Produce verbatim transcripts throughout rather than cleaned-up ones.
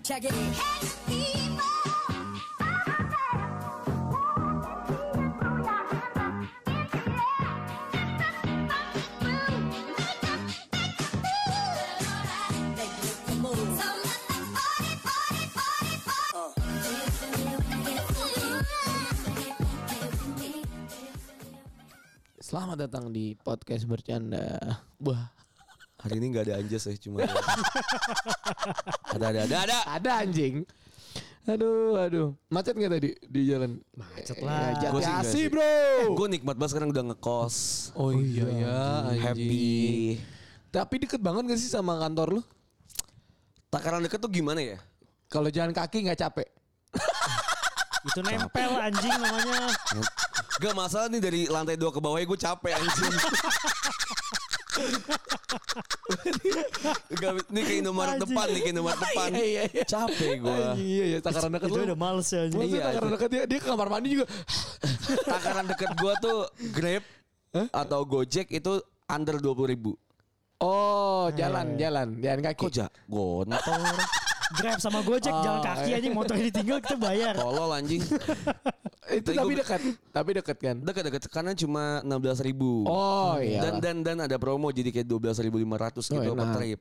Check it. Hey people. Selamat datang di podcast bercanda. Wah, hari ini nggak ada anjas ya, cuma ada ada ada ada ada, ada anjing. Aduh, aduh. Macet nggak tadi di jalan? Macet lah. Eh, Gua Jati sih nggak Asih, sih. bro. Gue nikmat banget sekarang udah ngekos. Oh iya ya, anjing. Happy. Tapi deket banget gak sih sama kantor lu? Takaran deket tuh gimana ya? Kalau jalan kaki nggak capek? Itu nempel anjing namanya. Gak masalah nih, dari lantai dua ke bawahnya gue capek anjing. Gak, nih ke Indomaret Anjing. depan nih ke Indomaret depan. Iya, iya, iya. Capek gue. Anjing, iya, iya. Takaran deket Itu lu. udah males ya anjing. Maksudnya Iya, takaran itu. deket dia, dia ke kamar mandi juga. Takaran deket gue tuh Grab atau Gojek itu under dua puluh ribu. Oh, jalan, jalan, jalan kaki. Kok ja? Gontor. Grab sama Gojek Oh, jalan kaki iya. anjing, motornya ditinggal kita bayar. Tolol anjing. Itu Tapi tapi gua- dekat, tapi dekat kan? Deket-deket karena cuma enam belas ribu. Oh iya. Dan dan dan ada promo jadi kayak dua belas ribu lima ratus Oh, gitu per enak. trip.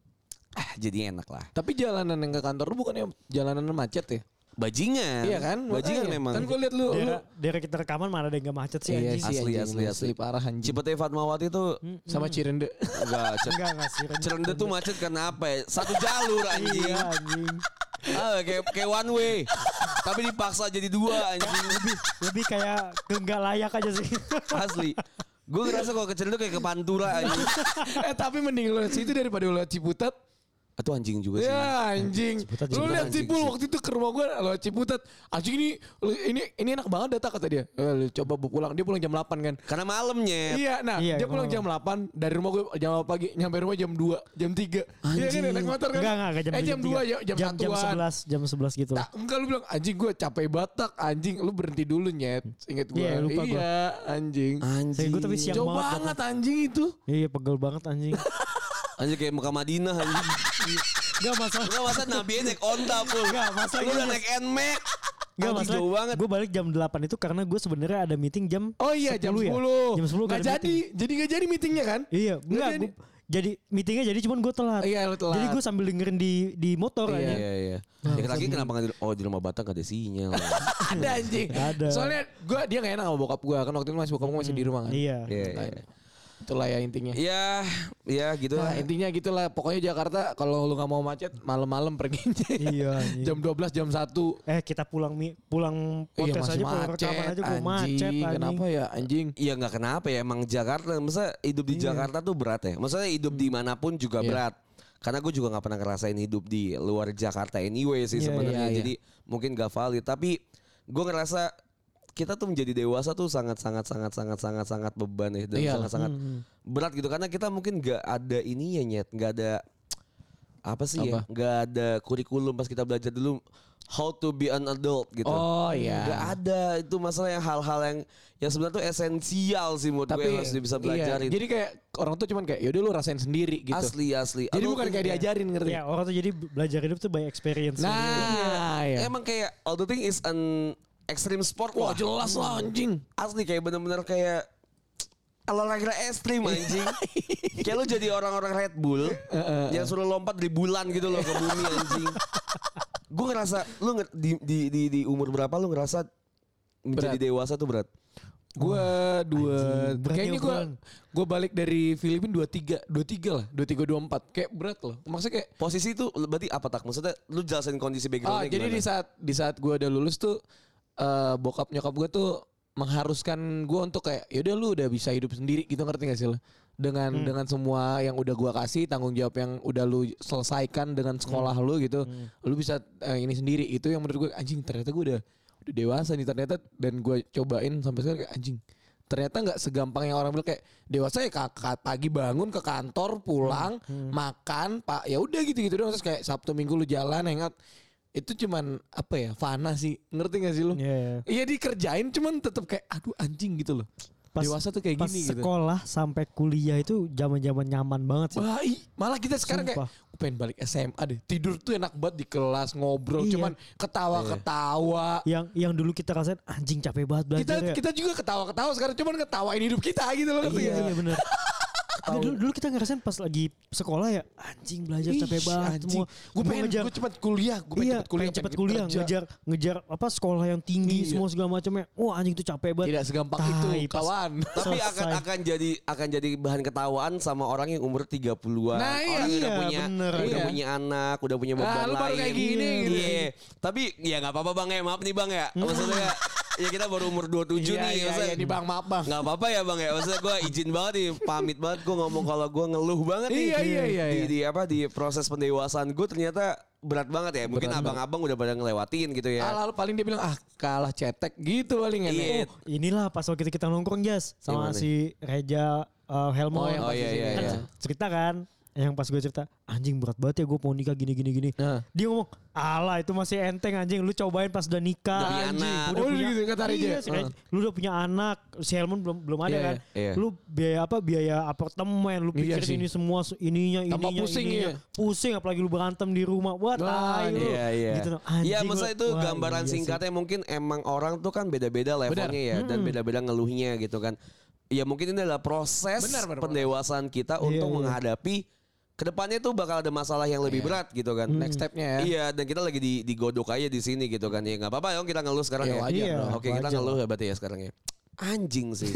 Ah, jadi enak lah. Tapi jalanan yang ke kantor lu bukannya jalanan macet ya? Bajingan. Iya kan? Bajingan Makanya. memang. Kan gue liat lu, lu Daerah, daerah kita rekaman mana ada yang gak macet sih Iya anjing. sih, Asli, anjing. asli, asli. Parah anjing. Cipete Fatmawati tuh Sama Cirende. enggak, cet- Enggak enggak sih. Cirende tuh macet karena apa ya? Satu jalur anjing. Iya anjing. Ah, kayak kayak one way. Tapi dipaksa jadi dua anjing. Lebih lebih kayak ke nggak layak aja sih. Asli. Gue ngerasa kalau ke Cirende tuh kayak ke Pantura anjing. eh tapi mending lu liat situ daripada lu liat Ciputat. Itu anjing juga sih. Ya anjing. Ciputat Lu juga liat anjing Cipul sih. waktu itu ke rumah gue lo Ciputat. Anjing ini lu- ini ini enak banget data kata dia. Eh, lu coba pulang. Dia pulang jam delapan kan. Karena malamnya. Iya, nah Iya, dia pulang oh. jam delapan dari rumah gue jam delapan pagi, nyampe rumah jam dua, jam tiga. Iya kan naik motor kan? Enggak enggak enggak jam eh, jam dua ya, jam jam, jam satuan. sebelas jam sebelas gitu Nah, lah. enggak lu bilang anjing gue capek batak, anjing lu berhenti dulu nyet. Ingat gue. Iya, lupa gua. Iya, anjing. Anjing. Gue tapi siang Jauh banget. banget anjing itu. Iya pegel banget anjing. Anjing kayak Mekah Madinah anjing. Enggak masalah. Enggak masa Nabi naik onta pul. Enggak, masa Lu gitu. udah naik N-Max. Enggak Anjing, masalah. jauh banget. Gue balik jam delapan itu karena gue sebenarnya ada meeting jam Oh iya jam ya? sepuluh. Jam sepuluh Nggak nggak ada jadi. meeting. Jadi gak jadi meetingnya kan? Iya, Nggak enggak jadi. gua, jadi meetingnya jadi cuman gue telat. Iya, lu telat. Jadi gue sambil dengerin di di motor Iya. aja. Iya iya. Ya lagi kenapa nggak di, oh di rumah Batak gak ada sinyal. Ada anjing. Ada. Soalnya gue dia gak enak sama bokap gue kan waktu itu masih bokap gue masih di rumah kan. Iya. Iya Nah, iya. itulah ya intinya. Ya, ya gitu Nah, lah. intinya gitulah. Pokoknya Jakarta kalau lu nggak mau macet malam-malam pergi. Iya, anjing. jam dua belas, jam satu. Eh kita pulang mi, pulang Iya podcast masih aja pulang macet, rekaman aja gue macet anjing. anjing. Kenapa ya anjing? Iya nggak kenapa ya, emang Jakarta. Masa hidup di Jakarta tuh berat ya. Maksudnya hidup dimanapun juga Iya. berat. Karena gue juga nggak pernah ngerasain hidup di luar Jakarta anyway sih Iya, sebenarnya. iya, iya. Jadi mungkin gak valid. Tapi gue ngerasa kita tuh menjadi dewasa tuh sangat sangat sangat sangat sangat sangat beban ya, dan Iya. sangat sangat berat gitu. Karena kita mungkin nggak ada ini ya nyet, nggak ada apa sih ya, Apa? nggak ada kurikulum pas kita belajar dulu how to be an adult gitu. Oh, iya. Nggak ada, itu masalah yang hal-hal yang yang sebenarnya tuh esensial sih menurut gue yang harus bisa belajarin. Iya, jadi kayak orang tuh cuman kayak yaudah lu rasain sendiri gitu. Asli asli. Jadi Aduh, bukan kayak iya. diajarin ngerti? Ya orang tuh jadi belajar hidup tuh by experience. Nah, ya. Emang kayak all the thing is an extreme sport. Wah lah. jelas lah anjing. Asli kayak bener-bener kayak olahraga ekstrim anjing. Kayak lu jadi orang-orang Red Bull yang suruh lompat dari bulan gitu loh ke bumi anjing. Gue ngerasa lu nge- di, di di di umur berapa lu ngerasa menjadi Berat. dewasa tuh berat? Gue dua anjing, berat kayaknya ya, gue Bang. gue balik dari Filipina dua tiga dua tiga lah dua tiga dua empat kayak berat loh. Maksudnya kayak Posisi itu berarti apa tak? Maksudnya lu jelasin kondisi ah backgroundnya jadi gimana? di saat di saat gue udah lulus tuh eh, bokap nyokap gue tuh mengharuskan gue untuk kayak yaudah lu udah bisa hidup sendiri gitu, ngerti gak sih lo? Dengan dengan semua yang udah gue kasih, tanggung jawab yang udah lu selesaikan dengan sekolah lu gitu, lu bisa eh, ini sendiri. Itu yang menurut gue anjing, ternyata gue udah udah dewasa nih ternyata. Dan gue cobain sampai sekarang kayak anjing, ternyata nggak segampang yang orang bilang kayak dewasa ya kakak pagi bangun ke kantor pulang makan pak ya udah gitu gitu doang, terus kayak Sabtu Minggu lu jalan hangout. Itu cuman apa ya, fana sih, ngerti gak sih lu? Iya, iya. Iya dikerjain cuman tetap kayak aduh anjing gitu loh. Pas, Dewasa tuh kayak pas gini gitu. sekolah sampai kuliah itu zaman-zaman nyaman banget sih. Wah, ih, malah kita sekarang Sumpah. kayak gue pengen balik S M A deh. Tidur tuh enak banget di kelas ngobrol, Iya. cuman ketawa-ketawa. Yang yang dulu kita rasain anjing capek banget belajar Kita ya. kita juga ketawa-ketawa sekarang, cuman ketawain hidup kita gitu loh. ngerti Iya, nggak? iya bener. Ada dulu, dulu kita ngerasain pas lagi sekolah ya anjing belajar Ih, capek banget anjing. semua. Gue pengen ngejar, gue cepat kuliah, gue pengen iya, cepat kuliah, pengen cepet pengen kuliah, kerja. ngejar ngejar apa sekolah yang tinggi Iya. semua segala macamnya. Wah anjing itu capek banget. Tidak segampang Tai, itu, pas- kawan. Tapi akan Selesai. akan jadi akan jadi bahan ketawaan sama orang yang umur tiga puluhan. Nah, iya. Orang yang udah Iya, punya bener. udah Iya. punya anak, udah punya Nah, beban lu baru lain. kayak gini, gitu. Iya. Tapi ya nggak apa-apa Bang ya. Maaf nih Bang ya. Maksudnya ya kita baru umur dua puluh tujuh Iya, nih. iya, Maksudnya- iya, nih Bang, maaf Bang. Nggak apa-apa ya Bang ya. Maksudnya gue izin banget nih, pamit banget gue ngomong kalau gue ngeluh banget nih. Iya, iya, iya, Di, iya. di apa di proses pendewasaan gue ternyata berat banget ya. Mungkin Berat abang-abang udah pada ngelewatin gitu ya. Lalu paling dia bilang ah kalah cetek gitu paling Iya. enak. Oh, inilah pas waktu kita nongkrong Jas sama Gimana? si Reja uh, Helmo Oh, yang yang Oh, pasti iya, sih. iya, kan iya. cerita kan yang pas gue cerita anjing berat banget ya gue mau nikah gini gini gini. Nah. Dia ngomong alah itu masih enteng anjing lu cobain pas udah nikah. Udah punya Anjing, anak. udah Oh, punya gitu kata Reja. Iya, si Reja, lu udah punya anak, si Helmon belum belum ada Iya, kan. iya. Lu biaya apa biaya apartemen, lu Iya pikirin sih. ini semua ininya Tambah ininya pusing, ininya. iya. Pusing apalagi lu berantem di rumah. Wah, Wah, tai lu. Iya, iya. Gitu, Iya, anjing, masa lu- itu wah, gambaran iya sih. singkatnya mungkin emang orang tuh kan beda-beda levelnya ya dan beda-beda ngeluhnya gitu kan. Ya mungkin ini adalah proses Benar, benar, pendewasaan kita Iya, untuk iya. menghadapi kedepannya tuh bakal ada masalah yang lebih Iya. berat gitu kan. Next stepnya ya. Iya, dan kita lagi di digodok aja di sini gitu kan. Ya nggak apa-apa dong kita ngeluh sekarang Iya, ya. wajar Iya, dong. Oke, kita wajar ngeluh lah. ya berarti ya sekarang ya. Anjing sih.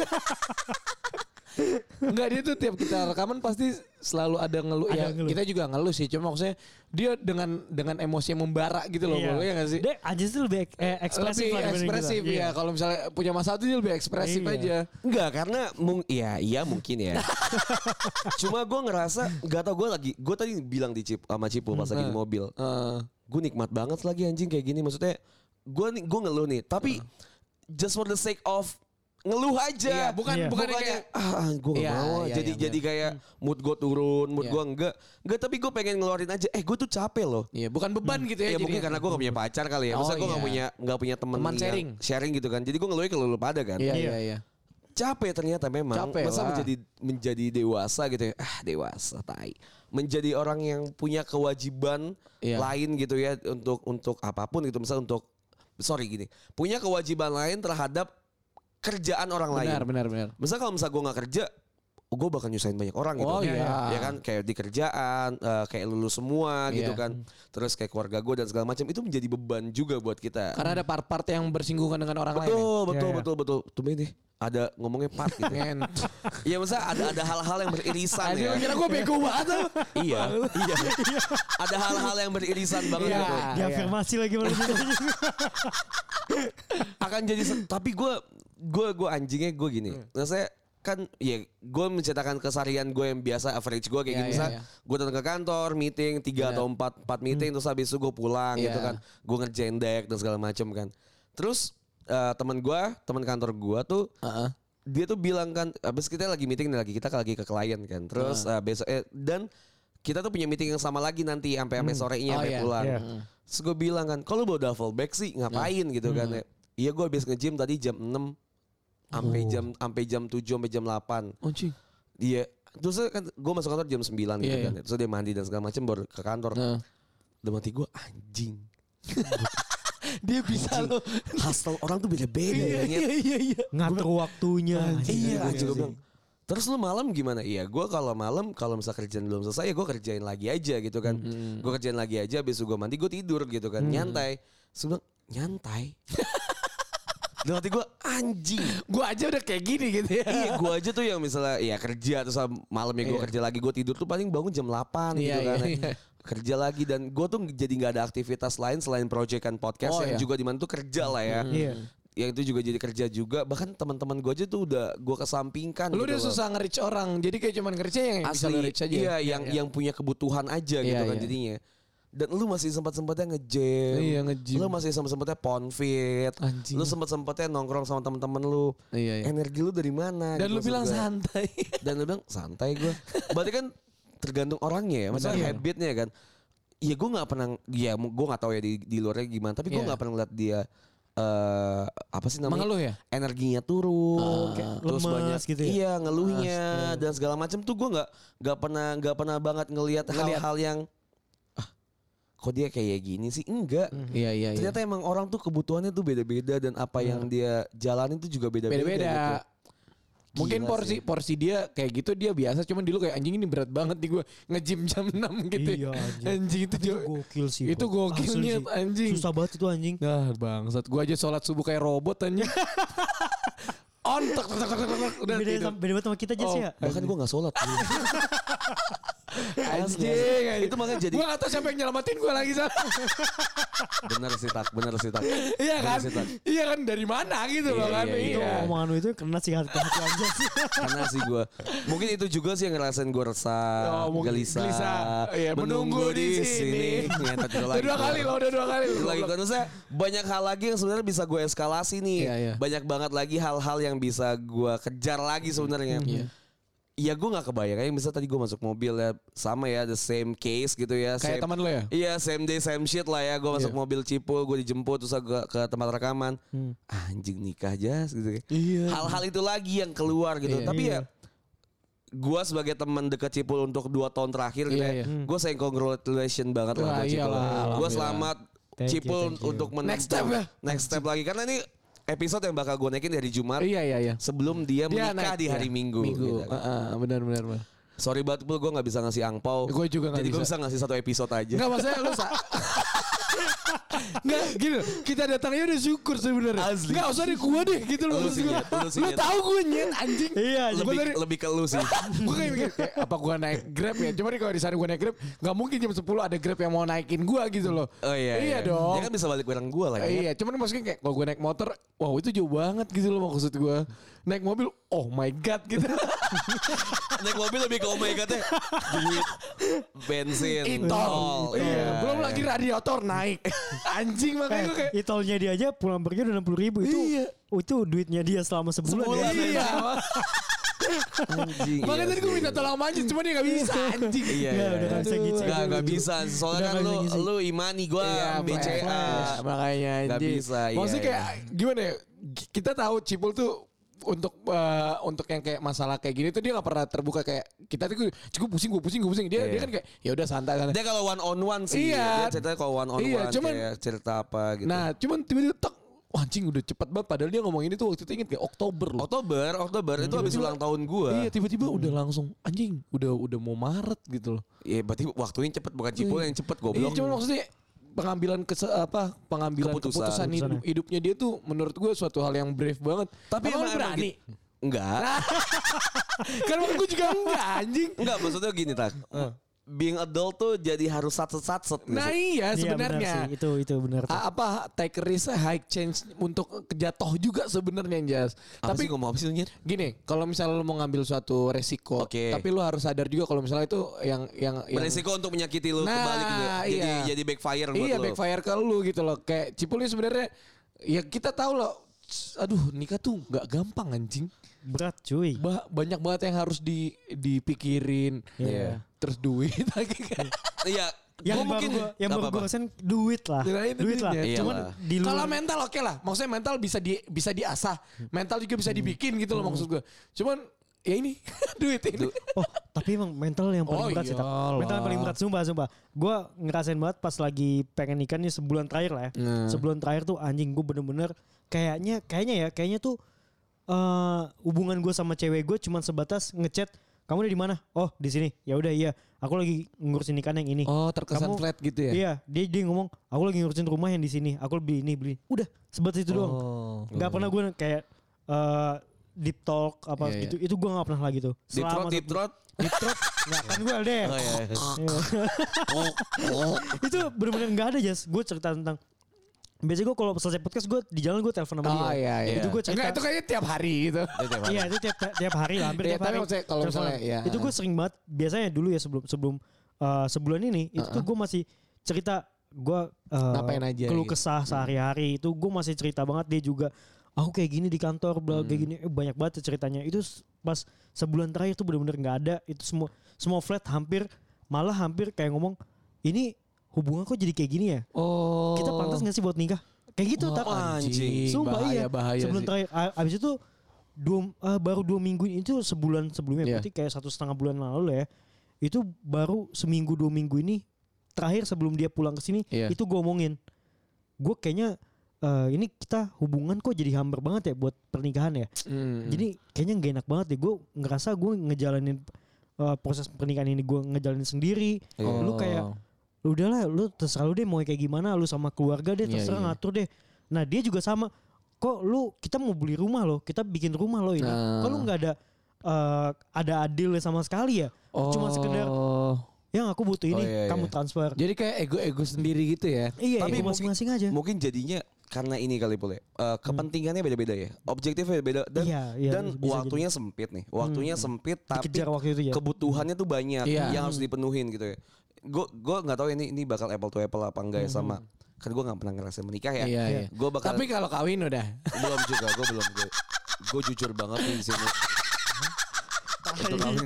Enggak, dia tuh tiap kita rekaman pasti selalu ada ngeluh. Ada Ya ngeluh. kita juga ngeluh sih. Cuma maksudnya dia dengan dengan emosi yang membara gitu loh. Iya. Boleh ya gak sih? Dia anjing itu lebih ek- eh, ekspresif Lebih lah dibanding kita. ekspresif Iya. ya. Kalau misalnya punya masalah tuh dia lebih ekspresif Iya. aja. Enggak, karena mung iya iya mungkin ya. Cuma gue ngerasa gak tau gue lagi gue tadi bilang di Cip sama Cipu pas lagi di Hmm. mobil. Eh, Gue nikmat banget lagi anjing kayak gini, maksudnya gue nih gue ngeluh nih, tapi just for the sake of ngeluh Iya, aja. bukan Iya. bukan Bukannya, kayak ah gue gak Iya, mau iya, jadi iya, jadi kayak mood gue turun, mood Iya. gue enggak enggak, tapi gue pengen ngeluarin aja. Eh gue tuh capek loh. Iya, bukan beban gitu ya. Ya mungkin jadinya. karena gue gak punya pacar kali ya. Oh, Maksudnya gue gak iya. punya gak punya temen Teman yang sharing. sharing gitu kan. Jadi gue ngeluhnya ke lu pada kan. Iya, Iya. iya, iya. Capek ternyata memang. Capek Masa lah. menjadi menjadi dewasa gitu ya. Ah dewasa tai. Menjadi orang yang punya kewajiban Iya. lain gitu ya untuk untuk apapun gitu. Misal untuk sorry gini. Punya kewajiban lain terhadap kerjaan orang lain. Benar, benar, benar. Misal kalau misal gue gak kerja, gue bakal nyusahin banyak orang gitu. Oh, iya. Ya kan kayak di kerjaan, eh, kayak lulus semua gitu Iya. kan. Terus kayak keluarga gue dan segala macam itu menjadi beban juga buat kita. Karena ada part-part yang bersinggungan dengan orang lain. ya. Betul, betul, Iya, iya. betul, betul. Tuh ini ada ngomongnya part gitu. Men. Iya maksudnya ada ada hal-hal yang beririsan Anjing, ya. lu kira gue bego banget tuh. Iya, iya. Ada hal-hal yang beririsan banget Iya. gitu. Diafirmasi lagi malah gitu. Akan jadi se- tapi gue gue gue anjingnya gue gini. Maksudnya kan ya gue menceritakan keseharian gue yang biasa average gue kayak Iya, gini. iya, Misal iya. gue datang ke kantor meeting tiga Benar. atau empat empat meeting terus habis itu gue pulang Iya. gitu kan. Gue ngerjain deck dan segala macam kan. Terus eh, teman gue, teman kantor gue tuh Heeh. dia tuh bilang kan abis kita lagi meeting nih lagi kita lagi ke klien kan terus uh, besok eh, dan kita tuh punya meeting yang sama lagi nanti sampai sampai sorenya Oh, sampai iya. pulang Iya. terus gue bilang kan kalau bawa duffel bag sih ngapain gitu kan ya iya gue habis nge-gym tadi jam enam sampai jam sampai jam tujuh sampai jam delapan Anjing. dia terus kan gue masuk kantor jam sembilan gitu Iya, kan iya. terus dia mandi dan segala macam baru ke kantor Nah. dalam hati gue anjing Dia bisa loh. hustle orang tuh beda-beda ya Nyet. iya, iya. Ngatur waktunya. anjing. Iya Gitu anjing gue sih. bilang. Terus lu malam gimana? Iya gue kalau malam kalau misal kerjaan belum selesai ya gue kerjain lagi aja gitu kan. Gue kerjain lagi aja habis gue mandi gue tidur gitu kan. Nyantai. Terus gue bilang nyantai. Dalam hati gue anjing. Gue aja udah kayak gini gitu ya. Iya gue aja tuh yang misalnya ya kerja terus malam ya gue Iya. kerja lagi gue tidur tuh paling bangun jam delapan gitu Iya, kan. iya, iya. Kerja lagi dan gue tuh jadi nggak ada aktivitas lain selain proyekan podcast Oh, yang iya. juga di mana tuh kerja lah ya. Iya. Yang itu juga jadi kerja juga bahkan teman-teman gue aja tuh udah gue kesampingkan. Lu gitu udah loh. susah nge-reach orang. Jadi kayak cuman kerja yang bisa Asli lu reach aja. iya yang yang punya kebutuhan aja gitu Iya, kan iya. jadinya dan lu masih sempat-sempatnya nge-gym Iya, nge-gym. lu masih sempat-sempatnya ponfit Anjing. lu sempat-sempatnya nongkrong sama temen-temen lu Iya, iya. energi lu dari mana Dan gitu lu maksud bilang gue. santai. Dan lu bilang santai gue berarti kan tergantung orangnya ya maksudnya Benar. habitnya kan. Iya gue nggak pernah ya gue nggak tahu ya di di luarnya gimana tapi gue Iya. nggak pernah lihat dia eh apa sih namanya? Mengeluh ya? Energinya turun, Kayak terus lemes banyak gitu ya? iya ngeluhnya dan segala macam tuh gue nggak nggak pernah nggak pernah banget ngelihat hal-hal yang ah kok dia kayak gini sih enggak. Iya iya iya. Ternyata emang orang tuh kebutuhannya tuh beda-beda dan apa yang dia jalanin tuh juga beda-beda. Beda-beda. Gitu. Mungkin Gila porsi sih. porsi dia kayak gitu dia biasa, cuman dulu kayak anjing ini berat banget nih gue nge-gym jam enam gitu. Iya, anjing. Anjing itu Itu jo- gokil sih. Itu bro. gokilnya Asli sih. anjing. Susah banget itu anjing. Nah bangsat, gue aja sholat subuh kayak robot anjing. On tek tek tek tek tek, udah Beda, tidur. sama, beda banget sama kita Jess Oh. ya. Bahkan gue nggak sholat. Anjing, anjing. Itu makanya jadi- gue gak tau siapa yang nyelamatin gue lagi sana. Bener sih tak, bener sih tak. Iya kan? Bener sih, Tak. Iya kan dari mana gitu loh Iya, kan? iya, Itu Iya. omongan lu itu kena sih hati hati aja sih. Karena sih gue mungkin itu juga sih yang ngerasain gue resah, Oh, mungkin gelisah, gelisah. Iya, menunggu di sini. Ngentot itu Udah lagi. dua kali loh, udah dua kali. Itu lagi kan maksudnya banyak hal lagi yang sebenarnya bisa gue eskalasi nih. Iya, iya. Banyak banget lagi hal-hal yang bisa gue kejar lagi sebenarnya. Iya. Iya gue nggak kebayang kayak misalnya tadi gue masuk mobil ya sama ya the same case gitu ya. Kayak same- teman lo ya? Iya same day same shit lah ya. Gue masuk Iya. mobil Cipul, gue dijemput terus gue ke tempat rekaman. Hmm. Anjing nikah aja gitu. Iya. Hal-hal itu lagi yang keluar gitu. Iya. Tapi Iya. ya gue sebagai teman dekat Cipul untuk dua tahun terakhir gitu Iya, ya. iya. Gue sayang congratulations banget Wah, lah buat Cipul. iyalah, Gue alhamdulillah. selamat Thank you, Cipul thank you. untuk menempuh Next step ya. next step lagi karena ini episode yang bakal gue naikin dari Jumat Iya iya iya. sebelum dia, Dia menikah naik, di hari ya. Minggu. Minggu. gitu. Heeh, benar benar benar. Sorry banget Pul, gue gak bisa ngasih angpau. Gue juga nggak Jadi gue bisa. bisa ngasih satu episode aja. Enggak maksudnya lu sa Enggak gini loh, kita datangnya udah syukur sebenarnya. Asli. Enggak usah di gua deh gitu loh Lu maksud sih, gua. Nyet. Lu sih, Lu Nyet. tahu gue nyet anjing. Iya, Gua lebih, dari- lebih ke lu sih. gue kayak mikir kayak, apa gue naik Grab ya? Cuma nih kalau di sana gue naik Grab, nggak mungkin jam sepuluh ada Grab yang mau naikin gue gitu loh. Oh iya, Iya dong. Dia kan bisa balik bareng gue lah ya. Iya, cuman maksudnya kayak kalau gue naik motor, wow itu jauh banget gitu loh maksud gue. Naik mobil, oh my god gitu. Naik mobil lebih ke oh my god ya. Duit, bensin, Itol. Iya, belum lagi radiator naik. Anjing makanya gue kayak Eh, itolnya dia aja pulang pergi udah enam puluh ribu itu. Iya. Oh, itu duitnya dia selama sebulan. Sebulan, ya. iya. Anjing. Makanya iya tadi gue sih. minta tolong sama Anjing, cuma dia gak bisa anjing. Iya, Nggak, iya. udah nggak bisa ngisi. Nggak, nggak bisa. Soalnya Udah kan nggak lu, bisa ngisi. lu imani gue Iya, B C A. flash, makanya Nggak anjing. bisa, iya, Maksudnya iya. kayak gimana ya? Kita tahu Cipul tuh untuk eh, untuk yang kayak masalah kayak gini tuh dia nggak pernah terbuka kayak kita tuh cukup pusing gue pusing gue pusing dia Iya. dia kan kayak ya udah santai santai. Dia kalau one on one sih. Iya. Dia ceritanya kalau one on one Iya, cuman- kayak cerita apa gitu. Nah cuman tiba-tiba tek wah, anjing udah cepet banget padahal dia ngomong ini tuh waktu itu inget kayak Oktober loh. Oktober, Oktober itu habis Tiba-tiba- ulang tahun gue. Iya tiba-tiba udah langsung anjing udah udah mau Maret gitu loh. Iya, berarti waktunya cepet bukan Cipul yang cepet goblok. Iya cuman maksudnya pengambilan kese, apa pengambilan Keputusan. keputusan, hidup, hidupnya dia tuh menurut gue suatu hal yang brave banget. Tapi Emang emang, lu emang berani. gitu. Enggak. Kan gue juga enggak anjing. Enggak, maksudnya gini tak. Being adult tuh jadi harus satset-satset. Nah iya Iya, benar sebenarnya. sih. Itu itu benar. A- apa take risk high change untuk kejatuh juga sebenarnya Jas. Tapi Tapi ngomong apa sih lu, Nyet? gini, kalau misalnya lu mau ngambil suatu resiko, Oke. tapi lu harus sadar juga kalau misalnya itu yang yang, yang Beresiko untuk menyakiti lu Nah, kembali gitu. ya. Jadi iya. jadi backfire buat iya lu. backfire ke lu gitu loh. Kayak Cipul ini sebenarnya ya kita tahu loh. Aduh nikah tuh nggak gampang anjing. Berat cuy. Ba- banyak banget yang harus di dipikirin. Iya. Terus duit lagi kan. Iya. Yang gua baru mungkin gua, yang baru apa-apa. gue rasain duit lah. Nah, itu duit lah. duitnya. Cuman Iyalah. di luar. Kalau mental oke lah. Maksudnya mental bisa di bisa diasah. Mental juga bisa dibikin gitu loh maksud gue. Cuman ya ini duit ini. Oh, tapi emang mental yang paling Oh, berat sih. Tak. iyalah. Mental yang paling berat sumpah, sumpah. Gue ngerasain banget pas lagi pengen nikah nih sebulan terakhir lah ya. Nah. Sebulan terakhir tuh anjing gue bener-bener kayaknya kayaknya ya kayaknya tuh eh hubungan gue sama cewek gue cuman sebatas ngechat, kamu udah di mana? Oh di sini. Ya udah iya. Aku lagi ngurusin nikahan yang ini. Oh terkesan Kamu- flat gitu ya. Iya, dia dia ngomong, aku lagi ngurusin rumah yang di sini. Aku beli ini beli. Udah sebatas itu doang. Oh. Gak pernah gue kayak eh deep talk apa Iya, iya. gitu. Itu gue gak pernah lagi tuh. Deep throat, deep throat. Deep throat gak kan gue deh. Oh iya. Itu bener-bener gak ada Jas. Gue cerita tentang biasanya gue kalau selesai podcast gue di jalan gue telepon sama dia. Oh iya iya. Itu gue cerita. Enggak itu kayaknya tiap hari gitu. Iya itu tiap tiap hari lah, hampir Iya, tiap tapi hari. maksudnya kalau Teleponan. misalnya, ya. Itu gue sering banget. Biasanya dulu ya sebelum sebelum uh, sebulan ini itu tuh gue masih cerita gue uh, Ngapain aja keluh gitu. kesah sehari-hari itu gue masih cerita banget. Dia juga aku kayak gini di kantor bla kayak gini. Eh, banyak banget ceritanya. Itu s- pas sebulan terakhir tuh benar-benar nggak ada. Itu semua semua flat hampir malah hampir kayak ngomong ini hubungan kok jadi kayak gini ya. Oh. Kita pantas gak sih buat nikah? Kayak gitu Oh, tak anjing. Sumpah bahaya, iya. bahaya Sebelum sih. terakhir a- abis itu dua, eh, baru dua minggu ini itu sebulan sebelumnya Iya. berarti kayak satu setengah bulan lalu lah ya. Itu baru seminggu dua minggu ini terakhir sebelum dia pulang ke sini Iya. itu gue omongin. Gue kayaknya eh, ini kita hubungan kok jadi hambar banget ya buat pernikahan ya. Hmm. Jadi kayaknya gak enak banget deh. Gue ngerasa gue ngejalanin eh, proses pernikahan ini gue ngejalanin sendiri. Oh. Lu kayak udahlah lu terserah lu deh mau kayak gimana, lu sama keluarga deh Iya, terserah iya. ngatur deh. Nah dia juga sama, kok lu kita mau beli rumah loh, kita bikin rumah loh ini, Nah. kok lu nggak ada eh, ada adil sama sekali ya, cuma sekedar Oh. yang aku butuh ini Oh, iya, kamu iya. transfer. Jadi kayak ego-ego sendiri gitu ya. Iya, Tapi ego masing-masing aja. Mungkin jadinya karena ini kali Pul ya. Eh, kepentingannya beda-beda ya. Objektifnya beda dan Iya, iya, dan bisa waktunya sempit nih. Waktunya sempit tapi Dikejar waktu itu ya. kebutuhannya tuh banyak Iya. yang harus dipenuhin gitu ya. Gue gue nggak tahu ini ini bakal apple to apple apa enggak ya sama kan gue nggak pernah ngerasain menikah ya. Iya, iya. Gue bakal Tapi kalau kawin udah. belum juga gue belum gue gue jujur banget nih di sini. Untuk kawin.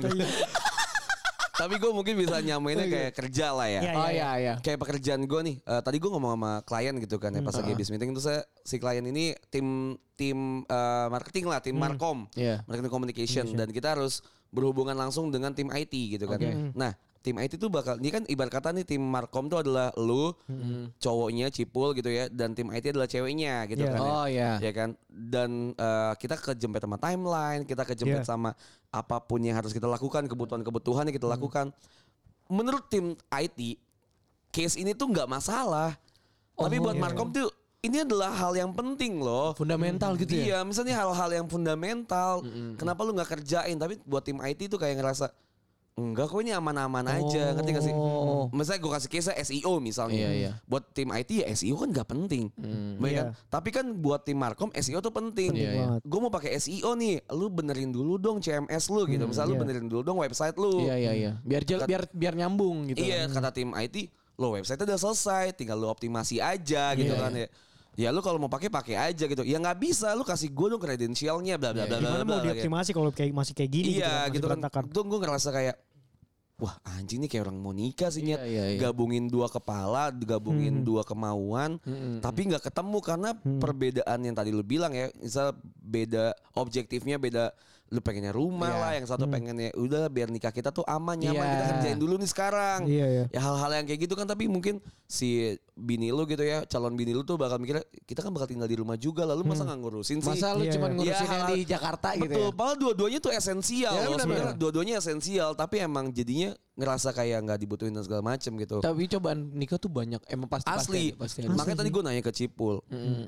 Tapi gue mungkin bisa nyamainnya kayak kerja lah ya. Iya, Oh iya iya. Kayak pekerjaan gue nih, eh, tadi gue ngomong sama klien gitu kan ya pas lagi habis meeting, terus saya si klien ini tim tim eh, marketing lah, tim markom, Iya. marketing communication, dan kita harus berhubungan langsung dengan tim I T gitu kan. Nah tim I T tuh bakal, ini kan ibarat kata nih tim markom tuh adalah lu, cowoknya Cipul gitu ya, dan tim I T adalah ceweknya gitu Iya. kan. ya. Oh iya. Ya kan, dan eh, kita kejempet sama timeline, kita kejempet Iya. sama apapun yang harus kita lakukan, kebutuhan-kebutuhan yang kita lakukan. Menurut tim I T, case ini tuh nggak masalah. Tapi buat iya, Markom tuh ini adalah hal yang penting loh. Fundamental gitu ya. Iya, misalnya hal-hal yang fundamental. Kenapa lu nggak kerjain? Tapi buat tim I T tuh kayak ngerasa enggak kok ini aman-aman aja, ngerti gak sih? Oh. Misalnya gue kasih case S E O misalnya. Iya, iya. Buat tim I T ya S E O kan gak penting. Baik kan? Iya. Tapi kan buat tim Markom S E O tuh penting. Iya, iya. banget. Gue mau pakai S E O nih, lu benerin dulu dong C M S lu gitu. Misalnya lu iya. benerin dulu dong website lu. Iya iya iya. Biar jel- biar biar nyambung gitu. Iya, kata tim I T, lo website udah selesai, tinggal lu optimasi aja gitu Iya, kan ya. Ya lu kalau mau pakai pakai aja gitu. Ya nggak bisa, lu kasih gue dong kredensialnya bla bla bla bla. Gimana bla, mau bla, dioptimasi kalau kayak masih kayak gini Iya gitu gitu kan, kan. masih berantakan. Tuh gue ngerasa kayak wah anjing nih kayak orang mau nikah sih Nyet. Iya, iya, iya. Gabungin dua kepala, gabungin dua kemauan, tapi nggak ketemu karena perbedaan yang tadi lu bilang ya, misal beda objektifnya beda, lu pengennya rumah Iya. lah, yang satu pengennya udah biar nikah kita tuh aman nyaman, Iya. kita kerjain dulu nih sekarang. Iya, iya. Ya hal-hal yang kayak gitu kan, tapi mungkin si bini lu gitu ya, calon bini lu tuh bakal mikir kita kan bakal tinggal di rumah juga, lalu masa nggak ngurusin sih? Masa lu Iya, cuma iya. ngurusin Ya, yang hal- di Jakarta gitu Betul, ya. padahal dua-duanya tuh esensial Ya, loh. benar, Sebenarnya benar. dua-duanya esensial, tapi emang jadinya ngerasa kayak nggak dibutuhin dan segala macem gitu. Tapi cobaan nikah tuh banyak. Emang pasti Asli. pasti ada, pasti ada. Makanya tadi gue nanya ke Cipul,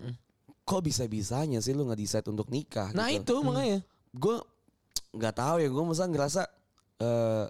kok bisa-bisanya sih lu nggak decide untuk nikah? Nah gitu. itu makanya. Gue nggak tahu ya, gue masa ngerasa eh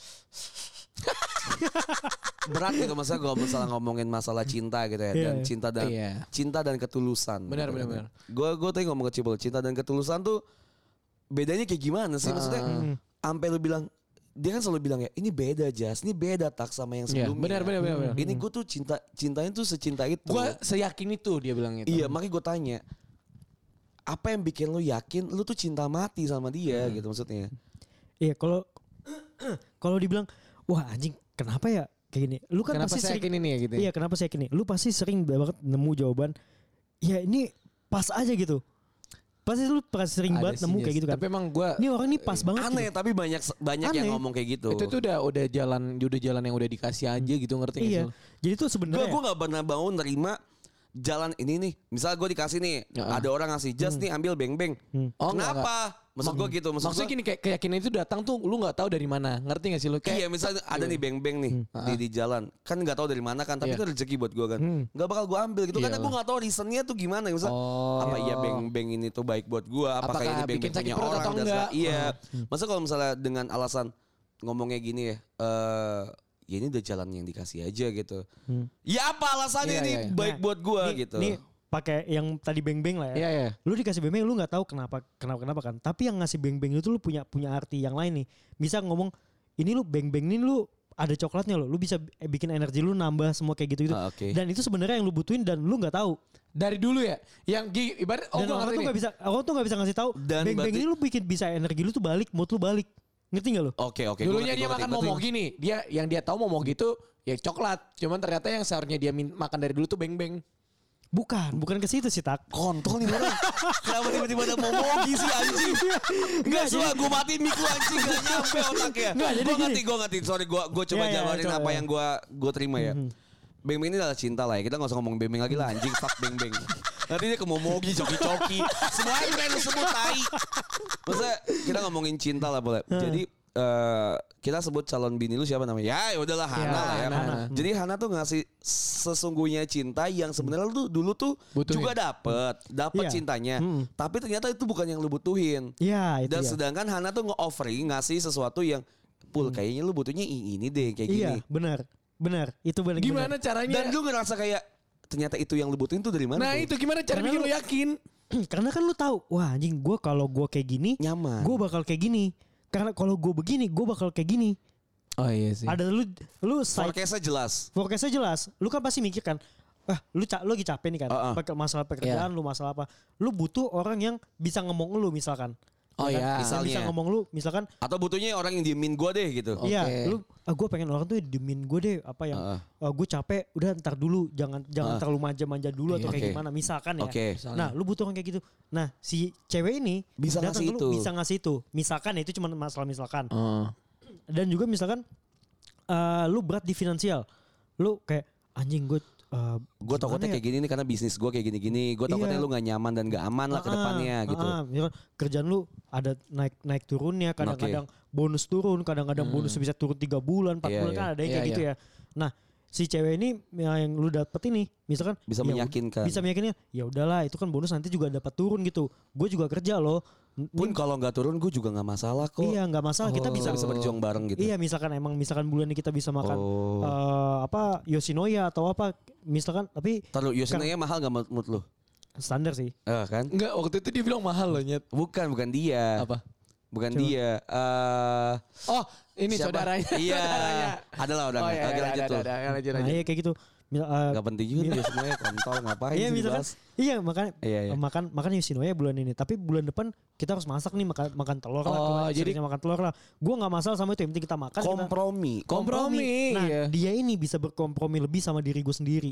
berat gitu, masa gue masalah ngomongin masalah cinta gitu ya, Iya, dan iya. cinta dan Iya. cinta dan ketulusan. Benar, gitu benar, kan. benar. Gue gue tadi ngomong ke Cipul, cinta dan ketulusan tuh bedanya kayak gimana sih? Maksudnya sampai lu bilang, dia kan selalu bilang ya, ini beda Jas, ini beda tak sama yang Iya, sebelumnya. benar, benar, benar, benar. Ini gue tuh cinta, cintanya tuh secinta itu. Gue seyakin itu dia bilang itu. Iya, makanya gue tanya, apa yang bikin lu yakin lu tuh cinta mati sama dia Hmm. gitu maksudnya? Iya, kalau kalau dibilang wah anjing kenapa ya kayak gini. Lu kan Kenapa pasti saya sering yakin ini ya gitu ya? Iya, kenapa saya yakin ini? Lu pasti sering banget nemu jawaban. Ya ini pas aja gitu. Pasti lu pasti sering Ada banget sih, nemu Jas. kayak gitu kan. Tapi emang gue Ini orang ini pas banget Aneh gitu. tapi banyak banyak yang Aneh. ngomong kayak gitu. itu tuh udah udah jalan udah jalan yang udah dikasih aja gitu, ngerti nggak sih Iya. lu? Jadi tuh Gue sebenarnya gue nggak pernah bangun nerima jalan ini nih. Misal gue dikasih nih, Ya, ah. ada orang ngasih jas nih ambil beng-beng. Oh, enggak, Kenapa? Maksud gue gitu. Maksud Maksudnya gue, gini kayak keyakinan itu datang tuh lu nggak tahu dari mana, ngerti gak sih lu? Kayak iya misalnya ada nih beng-beng nih di, di jalan. Kan nggak tahu dari mana kan, tapi Iya. itu rezeki buat gue kan. Nggak bakal gue ambil gitu. Karena Iyalah. gue nggak tahu reasonnya tuh gimana. Misal Oh. apa iya beng-beng ini tuh baik buat gue? Apakah, Apakah ini bikin beng-beng sakit punya perut orang atau dan enggak? segala- Iya. Masa kalau misalnya dengan alasan ngomongnya gini ya. eh ya ini udah jalan yang dikasih aja gitu. Ya apa alasannya Iya, ini iya, iya. baik Nah, buat gue nih, gitu. Nih pakai yang tadi beng-beng lah ya. Iya iya. Lu dikasih beng-beng lu nggak tahu kenapa kenapa kenapa kan. Tapi yang ngasih beng-beng itu lu punya punya arti yang lain nih. Bisa ngomong ini lu beng-beng ini lu ada coklatnya lo. Lu bisa bikin energi lu nambah semua kayak gitu-gitu. Ah, oke. Dan itu sebenarnya yang lu butuhin dan lu nggak tahu. Dari dulu ya, yang gi- ibarat oh Dan gua orang ngerti tuh nih. nggak bisa orang tuh nggak bisa ngasih tahu. Dan Beng-beng berarti- ini lu bikin bisa energi lu tuh balik, mood lu balik. Ngerti gak lu? Oke oke. Dulunya gua ngerti, dia gua makan ngerti. momo Berarti- gini, dia yang dia tahu momo gitu ya coklat. Cuman ternyata yang seharusnya dia min- makan dari dulu tuh beng-beng. Bukan, bukan ke situ sih tak. Kontol nih orang. Kenapa tiba-tiba ada momogi sih anjing? Enggak suka gue matiin mic lu anjing gak nyampe otaknya. Gue ngerti, gue ngerti. Sorry gue gue coba Ya, ya, jabarin coba, apa ya. yang gue gue terima ya. Beng-beng ini adalah cinta lah ya. Kita gak usah ngomong beng-beng lagi lah anjing. Fuck beng-beng. Nanti dia ke momogi, coki-coki. Semuanya pengen lu sebut tai. Maksudnya kita ngomongin cinta lah boleh. Jadi eh, kita sebut calon bini lu siapa namanya? Ya, ya udahlah Hana Ya, lah ya. Hana. Jadi Hana tuh ngasih sesungguhnya cinta yang sebenarnya lu tuh dulu tuh Butuhin. juga dapet, dapet Iya. cintanya. Hmm. Tapi ternyata itu bukan yang lu butuhin. Iya itu Dan ya. sedangkan Hana tuh nge-offering ngasih sesuatu yang Pul kayaknya lu butuhnya i- ini deh kayak Iya gini. benar, benar. Itu benar. Gimana caranya? Dan lu ngerasa kayak ternyata itu yang lu butuhin tuh dari mana? Nah tuh? itu gimana cara Karena bikin lu- lu yakin? Karena kan lu tahu, wah anjing gue kalau gue kayak gini, Nyaman. gue bakal kayak gini. Karena kalau gue begini, gue bakal kayak gini. Oh iya sih. Ada lu, lu side Forecast-nya jelas. fokusnya jelas. Lu kan pasti mikir kan, wah lu ca- lu lagi capek nih kan, Uh-uh. pakai masalah pekerjaan lu masalah apa. Lu butuh orang yang bisa ngomong lu misalkan. Oh Ya kan? iya. Yang bisa Misalnya. ngomong lu misalkan. Atau butuhnya orang yang diemin gue deh gitu. Oke. Iya, lu ah, gue pengen orang tuh diemin gue deh apa yang Uh-uh. ah, gue capek, udah ntar dulu, jangan jangan Uh. terlalu manja-manja dulu atau Iya. kayak Oke. gimana misalkan ya. Oke. Nah, lu butuh orang kayak gitu. Nah, si cewek ini Bisa datang ngasih ke lu, itu. bisa ngasih itu. Misalkan ya, itu cuma masalah misalkan. Oh. Dan juga misalkan eh, lu berat di finansial. Lu kayak anjing gue uh, Gue takutnya kayak gini nih karena bisnis gue kayak gini-gini. Gue takutnya Iya. lu gak nyaman dan gak aman lah ke depannya gitu. misalkan kerjaan lu ada naik naik turunnya, kadang-kadang bonus turun, kadang-kadang bonus bisa turun tiga bulan, empat Iya, bulan iya. kan ada yang Iya, kayak gitu ya. Nah, si cewek ini yang lu dapet ini misalkan Bisa ya meyakinkan. ud- bisa meyakinkan ya udahlah itu kan bonus nanti juga dapat turun gitu. Gue juga kerja loh. N- Pun kalau gak turun gue juga gak masalah kok. Iya nggak masalah kita Bisa bisa bisa berjuang bareng gitu. Iya misalkan emang misalkan bulan ini kita bisa makan Oh. eh, apa Yoshinoya atau apa misalkan tapi Taruh Yoshinoya mahal gak menurut lu? standar sih. Eh kan? Enggak, waktu itu dia bilang mahal loh nyet. Bukan, bukan dia. Apa? Bukan Coba. dia. Eh Oh ini siapa? saudaranya. Iya. Saudaranya. Adalah udah. Oh iya, Oke ada, lanjut ada, tuh. ada, ada, lanjut, Nah, lanjut. iya kayak gitu. Mil- eh, Gak penting juga dia semuanya kontol ngapain Iya sih misalkan dibahas. iya makan Iya, iya. makan makan Yoshinoya bulan ini tapi bulan depan kita harus masak nih makan makan telur lah. Oh, Kita jadi- seringnya makan telur lah. Gua nggak masalah sama itu yang penting kita makan. kita- Kompromi. Kompromi. Nah iya. dia ini bisa berkompromi lebih sama diri gue sendiri.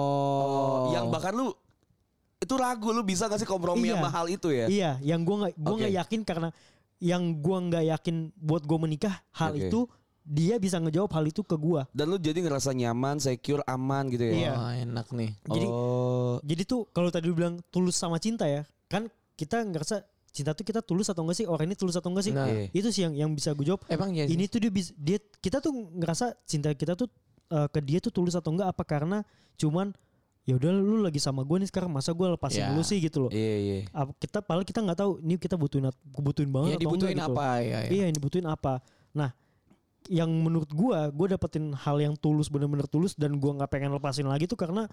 Oh. Yang bahkan lu itu ragu lu bisa gak sih kompromi Iya. yang mahal itu ya? Iya, yang gua nggak gua Oke. nggak yakin karena yang gua nggak yakin buat gue menikah hal Oke. itu dia bisa ngejawab hal itu ke gua. Dan lu jadi ngerasa nyaman, secure, aman gitu ya? Iya. Oh, enak nih. Jadi oh. jadi tuh kalau tadi lu bilang tulus sama cinta ya, kan kita ngerasa cinta tuh kita tulus atau enggak sih, orang ini tulus atau enggak sih? Nah. Iya. Itu sih yang yang bisa gue jawab. Emang iya sih. Ini tuh dia, bis- dia kita tuh ngerasa cinta kita tuh eh, ke dia tuh tulus atau enggak apa karena cuman ya udah lu lagi sama gue nih sekarang masa gue lepasin Ya. lu sih gitu loh. Iya, iya. Apa- kita padahal kita nggak tahu ini kita butuhin at- butuhin banget Ya atau dibutuhin enggak gitu. apa ya? ya. Iya yang dibutuhin apa. Nah yang menurut gua gue dapetin hal yang tulus bener-bener tulus dan gua nggak pengen lepasin lagi tuh karena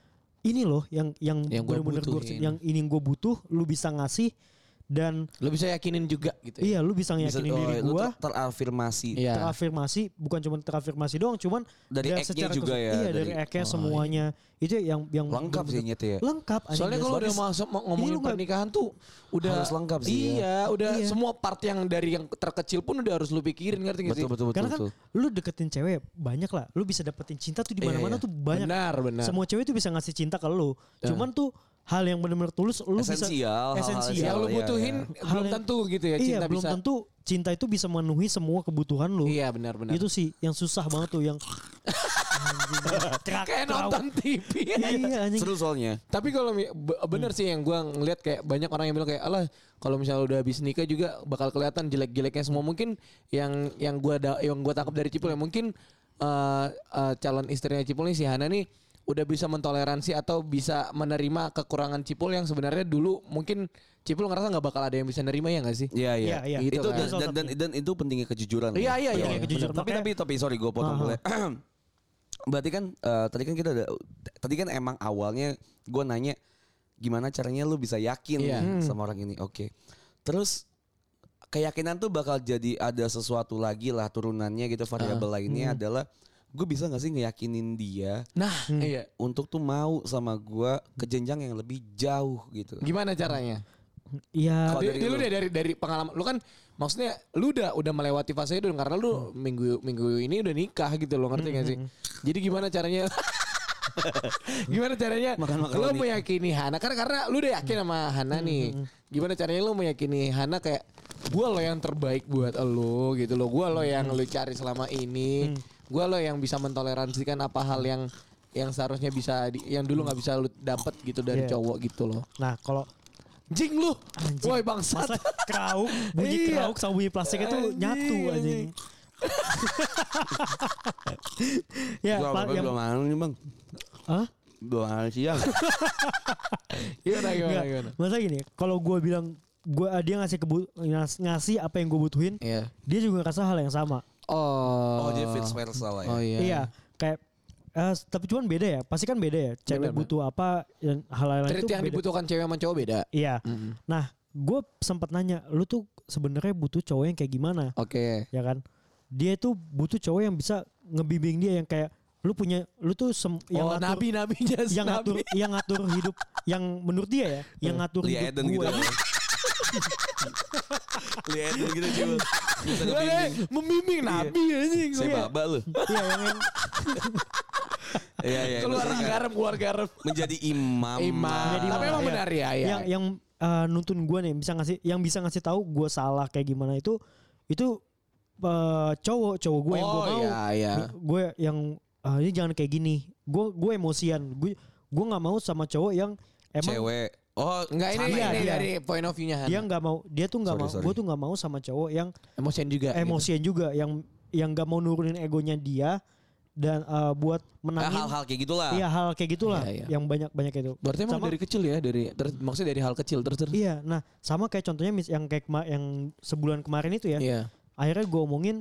ini loh yang yang, Yang gua bener-bener gua- butuhin. yang ini gue butuh lu bisa ngasih dan Lu bisa yakinin juga gitu. ya? iya lu bisa Bisa, ngeyakinin oh, diri lu gua ter- terafirmasi. Iya. terafirmasi bukan cuma terafirmasi doang cuman Dari dan act-nya juga kes- ya, iya dari, dari- act-nya Oh, semuanya itu yang yang Lengkap sih bener-bener- nyet ya. lengkap anjing, Soalnya jelas kalau udah banget. masuk mau ngomongin Ini lu nggak- pernikahan tuh udah Harus lengkap sih ya. Iya, udah Iya. semua part yang dari yang terkecil pun udah harus lu pikirin, ngerti gak sih? Betul, betul, betul. karena kan betul. lu deketin cewek banyak lah lu bisa dapetin cinta tuh di Iya, mana-mana iya. tuh banyak. Benar, benar. Semua cewek tuh bisa ngasih cinta ke lu. Ya. Cuman tuh hal yang benar-benar tulus lu bisa Esensial, hal-hal esensial. yang lu Iya, butuhin iya. belum Hal yang- tentu gitu ya, iya, cinta belum bisa. tentu cinta itu bisa memenuhi semua kebutuhan lu. Iya, benar-benar. Itu sih yang susah banget tuh yang anjing, terak- Kayak terawat. nonton T V. Iya anjing. Seru soalnya. Tapi kalau mi- be- bener sih yang gua ngeliat kayak banyak orang yang bilang kayak alah kalau misalnya udah habis nikah juga bakal kelihatan jelek-jeleknya semua. Mungkin yang yang gua da, yang gua tangkap dari Cipul ya mungkin eh, eh, calon istrinya Cipul nih si Hana nih udah bisa mentoleransi atau bisa menerima kekurangan Cipul yang sebenarnya dulu mungkin Cipul ngerasa nggak bakal ada yang bisa nerima ya nggak sih? Iya, iya. Iya, iya. Itu Gitu dan, kan. dan, dan, dan itu pentingnya kejujuran. Iya, ya. iya, iya. Pentingnya kejujuran. Tapi Makanya- tapi tapi sorry gue potong Aha. boleh. Berarti kan eh, tadi kan kita ada tadi kan emang awalnya gue nanya gimana caranya lu bisa yakin Iya. nih sama orang ini. Oke. Terus keyakinan tuh bakal jadi ada sesuatu lagi lah turunannya gitu variabel lainnya adalah gue bisa gak sih ngeyakinin dia Nah, iya. untuk tuh mau sama gue ke jenjang yang lebih jauh gitu. Gimana caranya? Iya. Kalau Di, dari di lu lu. deh dari dari pengalaman lu kan maksudnya lu udah udah melewati fase itu karena lu minggu minggu ini udah nikah gitu lo ngerti gak sih? Jadi gimana caranya? Gimana caranya Makan lo makaroni. meyakini Hana karena karena lu udah yakin sama Hana nih. Gimana caranya lo meyakini Hana kayak gua lo yang terbaik buat lo gitu lo. Gua lo yang lo cari selama ini. Gua lo yang bisa mentoleransikan apa hal yang yang seharusnya bisa di, yang dulu nggak bisa lu dapet gitu dari Iya. cowok gitu loh. Nah kalau Jing lu. Anjing. Woi bangsat. masa krauk bunyi Iya. krauk sama bunyi plastik itu Anjing, nyatu anjing. anjing. Ya, Gua Pak, apa yang belum makan nih bang. Hah? Belum makan siang. Gimana gimana Enggak. gimana. Masa gini, kalau gue bilang gue dia ngasih kebu ngas- ngasih apa yang gue butuhin, Iya. dia juga ngerasa hal yang sama. Oh. Oh jadi vice versa lah ya. Oh iya. Iya, kayak eh, tapi cuman beda ya. Pasti kan beda ya. Cewek Benar, butuh apa dan hal-hal lain Treat itu yang beda. dibutuhkan cewek sama cowok beda. Iya. Mm-mm. Nah, gue sempat nanya, lu tuh sebenarnya butuh cowok yang kayak gimana? Oke. Ya kan? Dia itu butuh cowok yang bisa ngebimbing dia yang kayak lu punya lu tuh sem- yang Oh ngatur nabi nabinya yang ngatur yang ngatur hidup yang menurut dia ya, yang ngatur Lia hidup Eden gue. gitu. Lia Eden gitu juga. Bisa Gue ngebimbing. membimbing nabi anjing. Saya Iya. baba lu. Iya, yang, yang Iya iya. Keluar maksudnya garam keluar garam. menjadi imam. Imam. Jadi Tapi imam, emang iya. benar ya ya. yang yang eh, nuntun gue nih bisa ngasih yang bisa ngasih tahu gue salah kayak gimana itu itu eh, cowok cowok gue yang gue Oh mau iya iya. gue yang ah, ini jangan kayak gini gue gue emosian gue gue nggak mau sama cowok yang emang Cewek. Oh Enggak ini Sama ini ya, dia. dari point of view-nya Han. dia nggak mau dia tuh nggak Sorry, mau sorry. gue tuh nggak mau sama cowok yang Emosian juga. gitu. emosian juga yang yang nggak mau nurunin egonya dia dan eh, buat Ah, menangin hal-hal kayak gitulah. iya hal kayak gitulah Iya, iya. yang banyak banyak itu Berarti emang Sama- dari kecil ya dari terus maksudnya dari hal kecil terus terus. iya nah sama kayak contohnya mis yang kayak kema- yang sebulan kemarin itu ya Iya. akhirnya gue omongin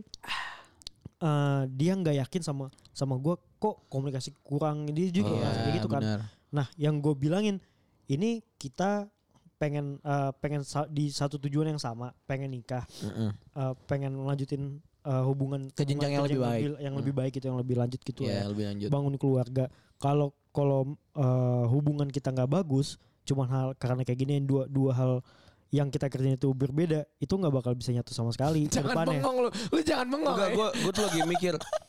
eh, dia nggak yakin sama sama gue kok komunikasi kurang dia juga Iya, ngerasa kayak gitu kan benar. nah yang gue bilangin ini kita pengen eh, pengen sa- di satu tujuan yang sama pengen nikah Heeh. eh, pengen melanjutin eh, hubungan Ke jenjang yang lebih baik. yang lebih baik itu yang lebih lanjut gitu Iya, ya lebih lanjut. bangun keluarga kalau kalau eh, hubungan kita nggak bagus cuman hal karena kayak gini dua dua hal yang kita kerjain itu berbeda itu nggak bakal bisa nyatu sama sekali ke Jangan depannya. bengong lu. Lu jangan bengong. Enggak, ya. gue gue tuh lagi mikir.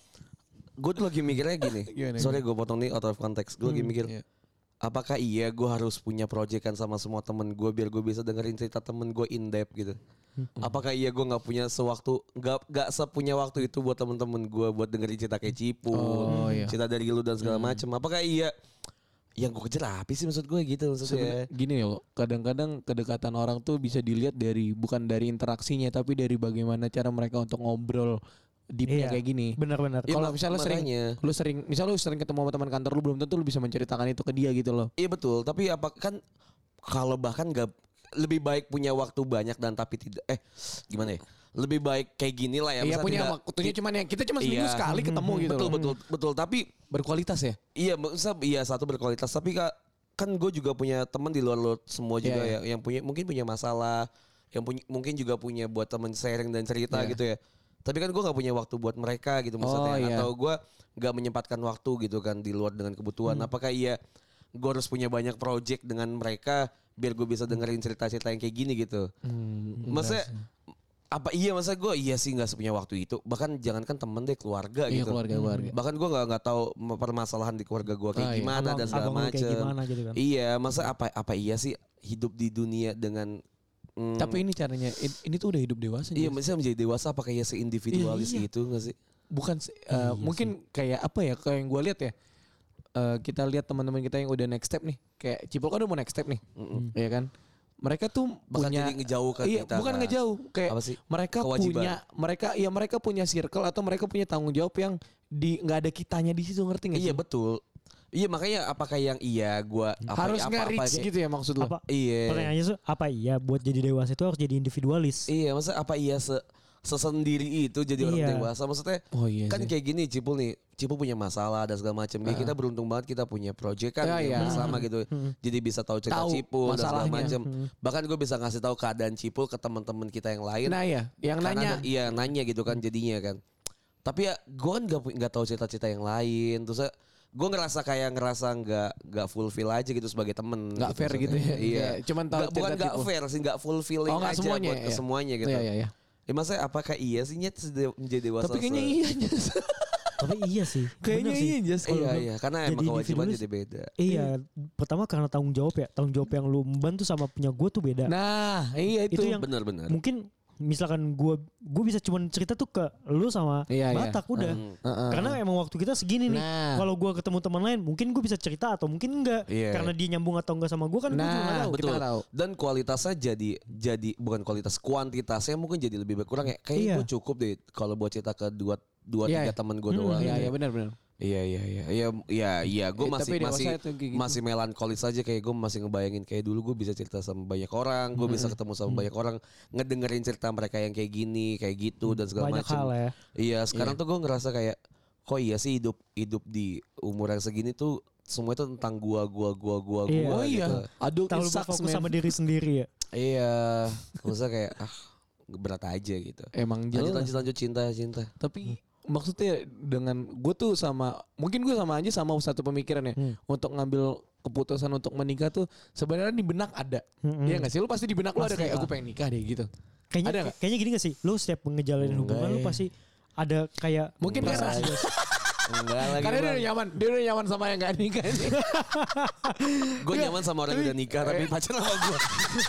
Gue tuh lagi mikirnya gini. Gimana, Sorry gue potong nih out of context. Gue lagi mikir. Iya. Apakah iya gue harus punya proyekan sama semua temen gue biar gue bisa dengerin cerita temen gue in depth gitu. Apakah iya gue nggak punya sewaktu nggak nggak sepunya waktu itu buat temen-temen gue buat dengerin cerita kayak Cipul, Oh, iya. cerita dari lu dan segala macem. Apakah iya yang gue kejar apa sih maksud gue gitu maksudnya. Sebenernya gini loh, kadang-kadang kedekatan orang tuh bisa dilihat dari bukan dari interaksinya tapi dari bagaimana cara mereka untuk ngobrol deepnya Iya. kayak gini. Benar-benar. Iya, Kalau mak- misalnya sering, makanya. lu sering, misalnya lu sering ketemu sama teman kantor lu belum tentu lu bisa menceritakan itu ke dia gitu loh. Iya betul, tapi apa kan kalau bahkan nggak lebih baik punya waktu banyak dan tapi tidak eh gimana ya? Lebih baik kayak gini lah ya. Iya misalnya punya tidak- waktunya cuman yang kita cuma seminggu Iya. sekali ketemu gitu betul loh. betul betul tapi Berkualitas ya. iya maksudnya iya satu berkualitas tapi kak kan gue juga punya teman di luar lo semua juga Iya, ya yang punya mungkin punya masalah yang punya mungkin juga punya buat temen sharing dan cerita Iya. gitu ya tapi kan gue nggak punya waktu buat mereka gitu maksudnya Oh, iya. atau gue nggak menyempatkan waktu gitu kan di luar dengan kebutuhan apakah iya gue harus punya banyak project dengan mereka biar gue bisa dengerin cerita-cerita yang kayak gini gitu Hmm, maksudnya apa iya masa gue iya sih nggak sepunya waktu itu bahkan jangankan temen deh keluarga Iya gitu keluarga keluarga. bahkan gue nggak nggak tahu permasalahan di keluarga gue kayak Ah, iya. gimana Abang- dan segala abang lu kayak macem gimana gitu kan. iya masa apa apa iya sih hidup di dunia dengan mm, Tapi ini caranya, in- ini tuh udah hidup dewasa. iya Jess. maksudnya menjadi dewasa apa kayak seindividualis Iya, iya. gitu nggak sih Bukan sih, eh, mungkin kayak apa ya kayak yang gue lihat ya. Eh, kita lihat teman-teman kita yang udah next step nih. Kayak Cipul kan udah mau next step nih. Iya kan? Mereka tuh Bahkan punya jadi ngejauh ke iya, kita, bukan kan? ngejauh. Kayak Apa sih? mereka Kewajiban. punya mereka ya mereka punya circle atau mereka punya tanggung jawab yang di nggak ada kitanya di situ ngerti nggak iya sih? betul iya makanya apakah yang iya gue apa Harus apa, nggak apa, reach sih? gitu ya maksud lo? Apa iya pertanyaannya tuh apa iya buat jadi dewasa itu harus jadi individualis. iya masa apa iya se sesendiri itu jadi orang Iya. dewasa maksudnya Oh iya kan sih. kayak gini Cipul nih Cipul punya masalah dan segala macam ya kita beruntung banget kita punya project kan Ya, yang iya. bersama gitu jadi bisa tahu cerita Tahu Cipul dan segala masalahnya. macam bahkan gue bisa ngasih tahu keadaan Cipul ke teman-teman kita yang lain Nah ya, yang Karena nanya. ada- iya nanya gitu kan jadinya kan tapi ya gue kan gak, nggak tahu cerita-cerita yang lain terus ya, gue ngerasa kayak ngerasa nggak nggak fulfill aja gitu sebagai temen Nggak fair gitu ya. iya Kayak cuman tahu Nggak- bukan cerita nggak Cipul. fair sih nggak fulfilling Oh, nggak aja semuanya, buat ke iya. semuanya gitu Iya iya iya. ya masa apakah iya sih Nyet sede- menjadi dewasa Tapi kayaknya se- iya. Jess. Tapi iya sih. Kayaknya bener sih. iya Jas. Iya iya karena Jadi emang kewajiban individualis. jadi beda. Iya, pertama karena tanggung jawab ya. Tanggung jawab yang lu emban tuh sama punya gue tuh beda. Nah, iya itu. Itu yang Benar-benar. mungkin misalkan gue gue bisa cuman cerita tuh ke lu sama Iya, iya. Batak udah. Hmm. Heeh. Karena emang waktu kita segini nih. Nah. Kalau gue ketemu teman lain, mungkin gue bisa cerita atau mungkin enggak. Iya. Karena dia nyambung atau enggak sama gue kan gue juga nggak Nah, tahu. kita Betul. nggak tahu. Dan kualitasnya jadi jadi bukan kualitas, kuantitasnya mungkin jadi lebih berkurang ya. Kayak Iya. gue cukup deh kalau buat cerita ke dua dua Iya, tiga iya. teman gue Hmm, doang. Iya, iya benar-benar. Iya iya iya iya iya iya gue Eh, masih tapi dewasa masih itu kayak gitu. masih melankolis aja kayak gue masih ngebayangin kayak dulu gue bisa cerita sama banyak orang, gue bisa ketemu sama banyak orang, ngedengerin cerita mereka yang kayak gini, kayak gitu dan segala Banyak macam. hal ya. Iya, sekarang tuh gue ngerasa kayak kok iya sih hidup hidup di umur yang segini tuh semua itu tentang gua gua gua gua Iya. gua Oh iya. gitu. Adult Terlalu it sucks, berfokus man. sama diri sendiri ya. Iya, maksudnya kayak ah berat aja gitu. Emang Lanjut jelas. lanjut lanjut cinta cinta. Tapi maksudnya dengan gue tuh sama mungkin gue sama aja sama satu pemikiran ya untuk ngambil keputusan untuk menikah tuh sebenarnya di benak ada. Mm-mm. Iya nggak sih? Lu pasti di benak lu ada Pasti kayak lah. aku pengen nikah deh gitu. Ada Kayaknya nggak? kayaknya gini gak sih? Lu setiap ngejalanin Enggak hubungan lu ya. pasti ada kayak Mungkin Enggak karena aja. Enggak lagi. karena dia Bang. udah nyaman, dia udah nyaman sama yang gak nikah ini. Gue nyaman sama orang yang udah nikah tapi pacaran sama gue.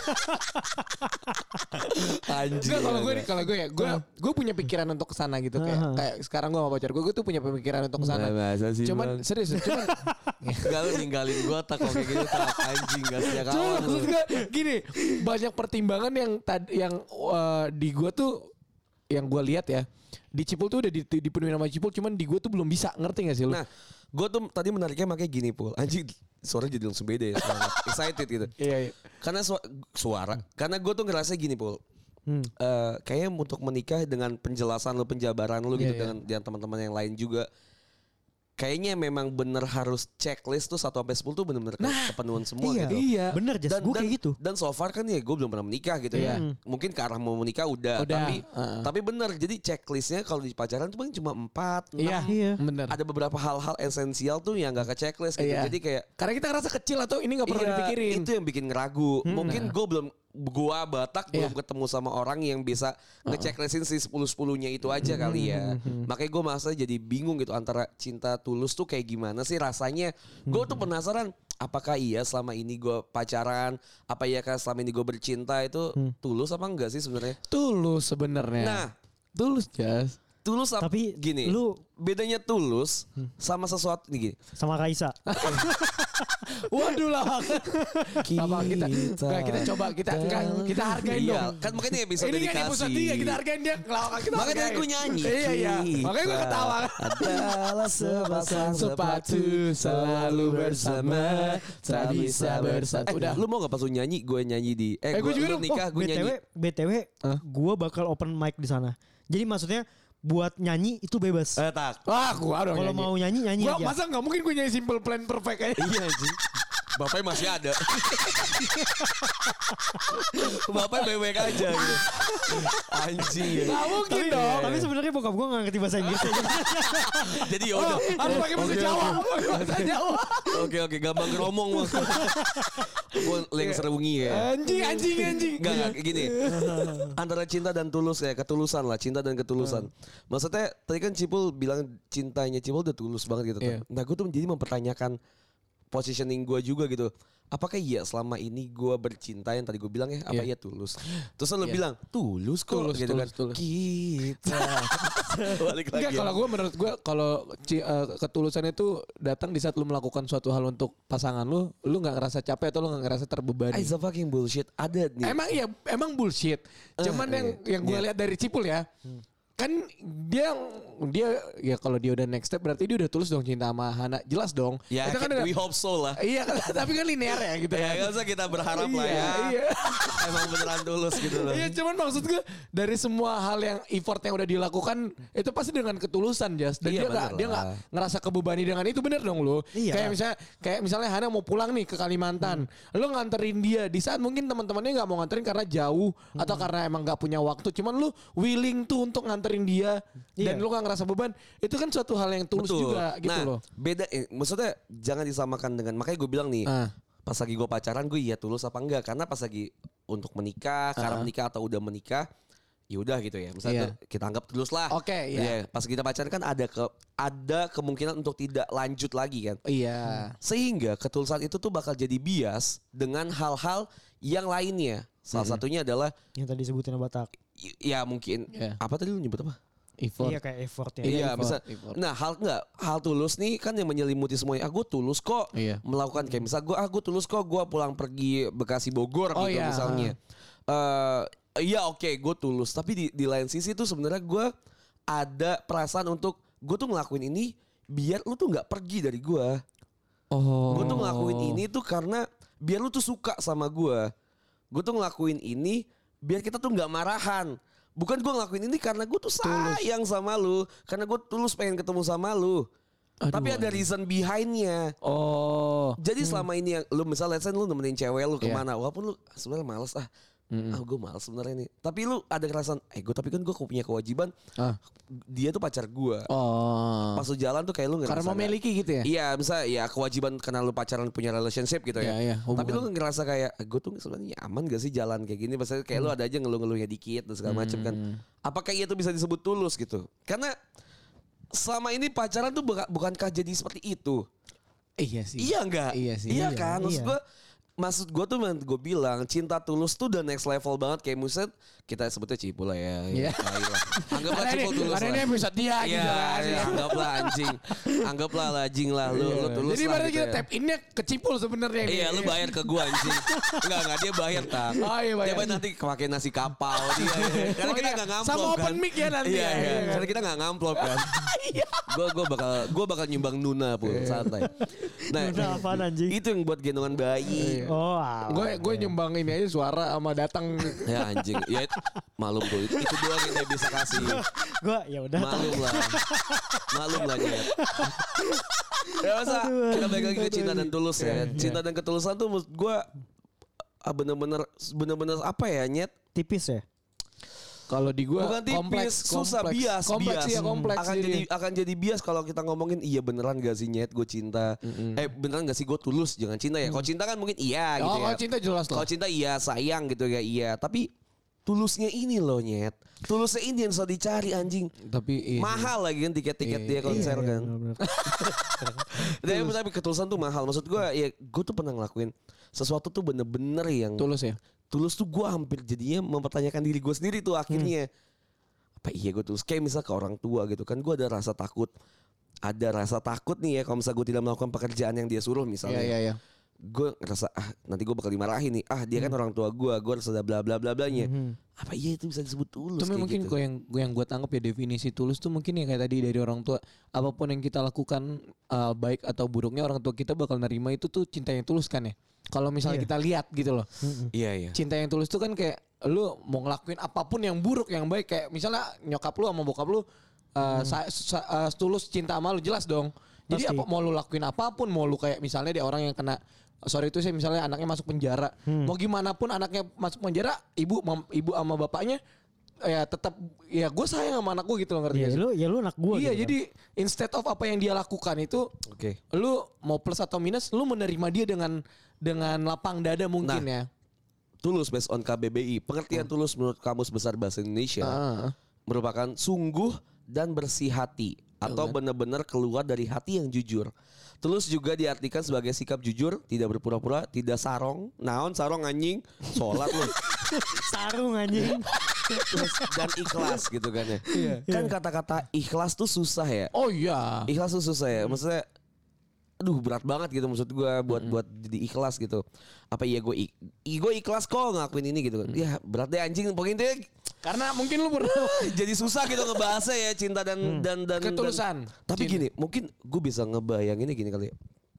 Anjing. Enggak kalau gue kalau gue ya, gue gue punya pikiran untuk kesana gitu kayak Aha. kayak sekarang gue sama pacar gue, gue tuh punya pemikiran untuk kesana. Masa sih, Cuman Bang? serius, cuman Enggak lu ninggalin gue tak kalau kayak gitu tak anjing gak setia Cuma kawan lu. maksud gue gini, banyak pertimbangan yang tadi yang eh, di gue tuh yang gue lihat ya. Di Cipul tuh udah di- dipenuhi nama Cipul, cuman di gue tuh belum bisa, ngerti gak sih lu? Nah, gue tuh tadi menariknya makanya gini Pul. Anjing suara jadi langsung beda ya. semangat. Excited gitu. Iya, iya. Karena su- suara. Karena gue tuh ngerasa gini Pul. Hmm. Eh, kayaknya untuk menikah dengan penjelasan lu, penjabaran lu gitu Iya, iya. dengan dengan teman-teman yang lain juga. Kayaknya memang bener harus checklist tuh satu sampai sepuluh tuh bener-bener ke- kepenuhan semua Iya. gitu. Iya. Bener Jas, gue kayak gitu. Dan so far kan ya gue belum pernah menikah gitu ya. Iya. Mungkin ke arah mau menikah udah, Udah, tapi uh-uh. tapi bener jadi checklistnya kalau di pacaran tuh paling cuma empat, Iya, enam. Iya. bener. Ada beberapa hal-hal esensial tuh yang gak ke checklist gitu. Iya. Jadi kayak Karena kita ngerasa kecil atau ini gak perlu iya, dipikirin. itu yang bikin ngeragu. Mungkin gue belum gua Batak Iya. belum ketemu sama orang yang bisa ngechecklistin si sepuluh-sepuluhnya itu aja kali ya. Makanya gue masa jadi bingung gitu antara cinta tulus tuh kayak gimana sih rasanya. Gue tuh penasaran apakah iya selama ini gue pacaran, apa iya kan selama ini gue bercinta itu tulus apa enggak sih sebenarnya? Tulus sebenarnya. Nah, tulus Jas. tulus apa? Tapi Gini, lu- bedanya tulus sama sesuatu nih gini. Sama Raisa. Waduh lah. Apa kita enggak, kita coba kita enggak, kita hargain Iya, dong. kan makanya episode Ini kan episode tiga kita hargain dia ngelawak kita. Makanya hargain. aku nyanyi. Iya iya. Makanya gue ketawa. Adalah sepasang Sepatu selalu bersama, tak bisa bersatu. Eh, Udah. lu mau gak pas lu nyanyi, gue nyanyi di eh, Eh, gue gua juga lu dong. nikah, gue B T W, nyanyi. B T W, gue bakal open mic di sana. Jadi maksudnya buat nyanyi itu bebas. Eh, tak. Wah, gua dong. Kalau mau nyanyi nyanyi Gua aja. masa enggak mungkin gue nyanyi Simple Plan Perfect aja. Iya sih. Bapaknya masih ada. Bapaknya bebek aja gitu. Anjing ya. Enggak mungkin Tapi, dong. tapi sebenarnya bokap gue gak ngerti bahasa Inggris. Jadi ya Oh, udah. harus pakai bahasa Oke, Jawa. oke. Pakai bahasa Jawa. Oke oke, gampang ngeromong mas. Gue leng serungi ya. Anjing, anjing, anjing. Enggak, enggak, gini. Antara cinta dan tulus ya, ketulusan lah, cinta dan ketulusan. Maksudnya tadi kan Cipul bilang cintanya Cipul udah tulus banget gitu. Iya. Nah gue tuh jadi mempertanyakan positioning gue juga gitu. Apakah iya selama ini gue bercinta yang tadi gue bilang ya, apa Iya. iya tulus? Terus lu Iya. bilang tulus kok Tulus, gitu tulus, kan. tulus. Kita. Balik lagi. Enggak, ya. kalau gue menurut gue kalau ci- eh, ketulusan itu datang di saat lu melakukan suatu hal untuk pasangan lu, lu nggak ngerasa capek atau lu nggak ngerasa terbebani. It's a fucking bullshit. Ada nih. Emang iya, emang bullshit. Cuman Eh, yang iya. yang gue Iya. lihat dari Cipul ya, kan dia dia ya kalau dia udah next step berarti dia udah tulus dong cinta sama Hana, jelas dong. Ya, Itu kan ada- we hope so lah. Iya, tapi kan linear ya gitu Ya, kan. gak usah kita berharap lah Iya, ya. iya. Emang beneran tulus gitu loh. Iya, cuman maksud gue dari semua hal yang effort yang udah dilakukan itu pasti dengan ketulusan, Jas. Dan Iya, dia nggak bener dia nggak lah. ngerasa kebebani dengan itu, bener dong lo. Iya. Kayak misalnya kayak misalnya Hana mau pulang nih ke Kalimantan, lo nganterin dia di saat mungkin teman-temannya nggak mau nganterin karena jauh atau karena emang nggak punya waktu. Cuman lo willing tuh untuk nganterin dia dan Iya. lo nggak ngerasa beban. Itu kan suatu hal yang tulus Betul. juga gitu nah, loh. beda eh, maksudnya jangan disamakan dengan makanya gue bilang nih Ah. pas lagi gue pacaran gue iya tulus apa enggak karena pas lagi untuk menikah karena Ah. menikah atau udah menikah ya udah gitu ya. Misalnya Iya. tuh kita anggap tulus lah. Oke, iya. Pas kita pacaran kan ada ke ada kemungkinan untuk tidak lanjut lagi kan. Iya. Sehingga ketulusan itu tuh bakal jadi bias dengan hal-hal yang lainnya. Salah satunya adalah Yang tadi sebutin Batak. y- ya mungkin Iya. apa tadi lu nyebut apa? Effort. Iya kayak effort ya. Iya, Iya, effort, bisa. effort. Nah, hal enggak, hal tulus nih kan yang menyelimuti semuanya. Ah, gue tulus kok Iya. melakukan kayak misal gue, ah gue tulus kok gue pulang pergi Bekasi Bogor Oh, gitu iya. misalnya. Eh, iya oke, gue tulus. Tapi di di lain sisi tuh sebenarnya gue ada perasaan untuk gue tuh ngelakuin ini biar lu tuh nggak pergi dari gue. Oh. Gue tuh ngelakuin ini tuh karena biar lu tuh suka sama gue. Gue tuh ngelakuin ini biar kita tuh nggak marahan. Bukan gue ngelakuin ini karena gue tuh sayang sama lu. Karena gue tulus pengen ketemu sama lu. Aduh, Tapi ada reason behindnya. Oh. Jadi selama ini yang lu misalnya let's say lu nemenin cewek lu Iya. kemana. Walaupun lu sebenarnya males ah. Ah gue males sebenarnya nih. Tapi lu ada kerasaan. Eh gue tapi kan gue punya kewajiban. Ah. Dia tuh pacar gue. Oh. Pas lu jalan tuh kayak lu ngerasa. Karena nggak- memiliki gitu ya? Iya bisa ya kewajiban karena lu pacaran punya relationship gitu ya. Iya, iya, hubungan. Tapi lu ngerasa kayak gue tuh sebenarnya aman gak sih jalan kayak gini. Maksudnya kayak lu ada aja ngeluh-ngeluhnya dikit dan segala macam kan. Apakah itu bisa disebut tulus gitu? Karena selama ini pacaran tuh buka- bukankah jadi seperti itu? Iya sih. Iya enggak? Iya sih. Iya Iya, kan? Maksud iya. gue Maksud gue tuh gue bilang cinta tulus tuh udah next level banget. Kayak misalnya kita sebutnya Cipu lah ya. Iya. Ya, tai lah. Anggaplah Karena Cipu ini, tulus karena lah. ini episode dia Iya, gitu kan. iya, anggaplah anjing. Anggaplah anjing lah lu, lu tulus Jadi lah berarti gitu kita ya. tap innya ke Cipul sebenarnya ini. Iya lu bayar ke gua anjing. Enggak enggak dia bayar tak. Oh, iya, bayar. Dia bayar nanti pakai nasi kapau dia. Karena Oh, kita iya. enggak ngamplop Sama kan. open mic ya nanti Iya, ya, iya. iya kan? Karena kita enggak ngamplop kan. Gua gua bakal gua bakal nyumbang Nuna pun santai. Nah, Nuna apaan, anjing? itu yang buat gendongan bayi. Oh, alah. Gue gue nyumbang ini aja suara sama datang. Ya anjing. Ya itu, malum tuh. Itu, itu doang yang saya bisa kasih. Gua ya udah. Malum lah. Malum lah Nyet. Ya masa kita balik lagi ke cinta dan tulus ya. Cinta dan ketulusan tuh menurut gue ah, bener-bener bener-bener apa ya Nyet? Tipis ya. Kalau di gue Bukan tipis, kompleks, susah kompleks. bias, kompleks bias. ya kompleks akan jadi akan jadi bias kalau kita ngomongin iya beneran gak sih Nyet gue cinta. Eh beneran gak sih gue tulus jangan cinta ya. Kalau cinta kan mungkin iya gitu Oh, ya. kalau cinta jelas lah. Kalau cinta iya sayang gitu ya iya. Tapi tulusnya ini loh Nyet. Tulusnya ini yang susah dicari anjing. Tapi iya. Mahal lagi kan tiket-tiket Iya, dia konser Iya, kan. bener-bener. Tapi, tapi ketulusan tuh mahal. Maksud gue ya gue tuh pernah ngelakuin sesuatu tuh bener-bener yang Tulus ya. tulus tuh gue hampir jadinya mempertanyakan diri gue sendiri tuh akhirnya. Apa iya gue tulus? Kayak misal ke orang tua gitu kan gue ada rasa takut. Ada rasa takut nih ya kalau misalnya gue tidak melakukan pekerjaan yang dia suruh misalnya. Iya, iya, iya. Gue ngerasa ah nanti gue bakal dimarahin nih. Ah dia kan orang tua gue. Gue harus ada bla bla bla blanya. Apa iya itu bisa disebut tulus Cuma kayak mungkin gitu? kok yang gue yang gue tangkap ya definisi tulus tuh mungkin ya kayak tadi dari orang tua, apapun yang kita lakukan uh, baik atau buruknya orang tua kita bakal nerima itu tuh cinta yang tulus kan ya. Kalau misalnya Iya. kita lihat gitu loh. Iya iya. Cinta yang tulus tuh kan kayak lu mau ngelakuin apapun yang buruk yang baik, kayak misalnya nyokap lu sama bokap lu uh, sa- sa- uh, tulus cinta sama lu jelas dong. Jadi Pasti. apa mau lu lakuin apapun, mau lu kayak misalnya dia orang yang kena sorry itu sih misalnya anaknya masuk penjara, mau gimana pun anaknya masuk penjara, ibu mam- ibu sama bapaknya ya tetap ya gue sayang sama anak gue gitu loh, ngerti Iya, gak sih? lu ya lu anak gua Iya gitu kan. jadi instead of apa yang dia lakukan itu Oke. lu mau plus atau minus lu menerima dia dengan dengan lapang dada mungkin Nah, ya. Tulus based on K B B I. Pengertian tulus menurut Kamus Besar Bahasa Indonesia Ah. merupakan sungguh dan bersih hati atau benar-benar keluar dari hati yang jujur. Tulus juga diartikan sebagai sikap jujur, tidak berpura-pura, tidak sarong. Naon sarong anjing? Sholat loh. Sarung anjing. Terus dan ikhlas gitu kan ya. Kan kata-kata ikhlas tuh susah ya. Oh iya. Ikhlas tuh susah ya. Maksudnya aduh berat banget gitu maksud gue buat buat jadi ikhlas gitu. Apa iya gue ik- gue ikhlas kok ngelakuin ini gitu kan. Ya berat deh anjing pokoknya intinya Karena mungkin lu pernah jadi susah gitu ngebahasnya ya cinta dan dan dan Ketulusan. dan- tapi Cinta. gini, mungkin gue bisa ngebayanginnya gini kali ya.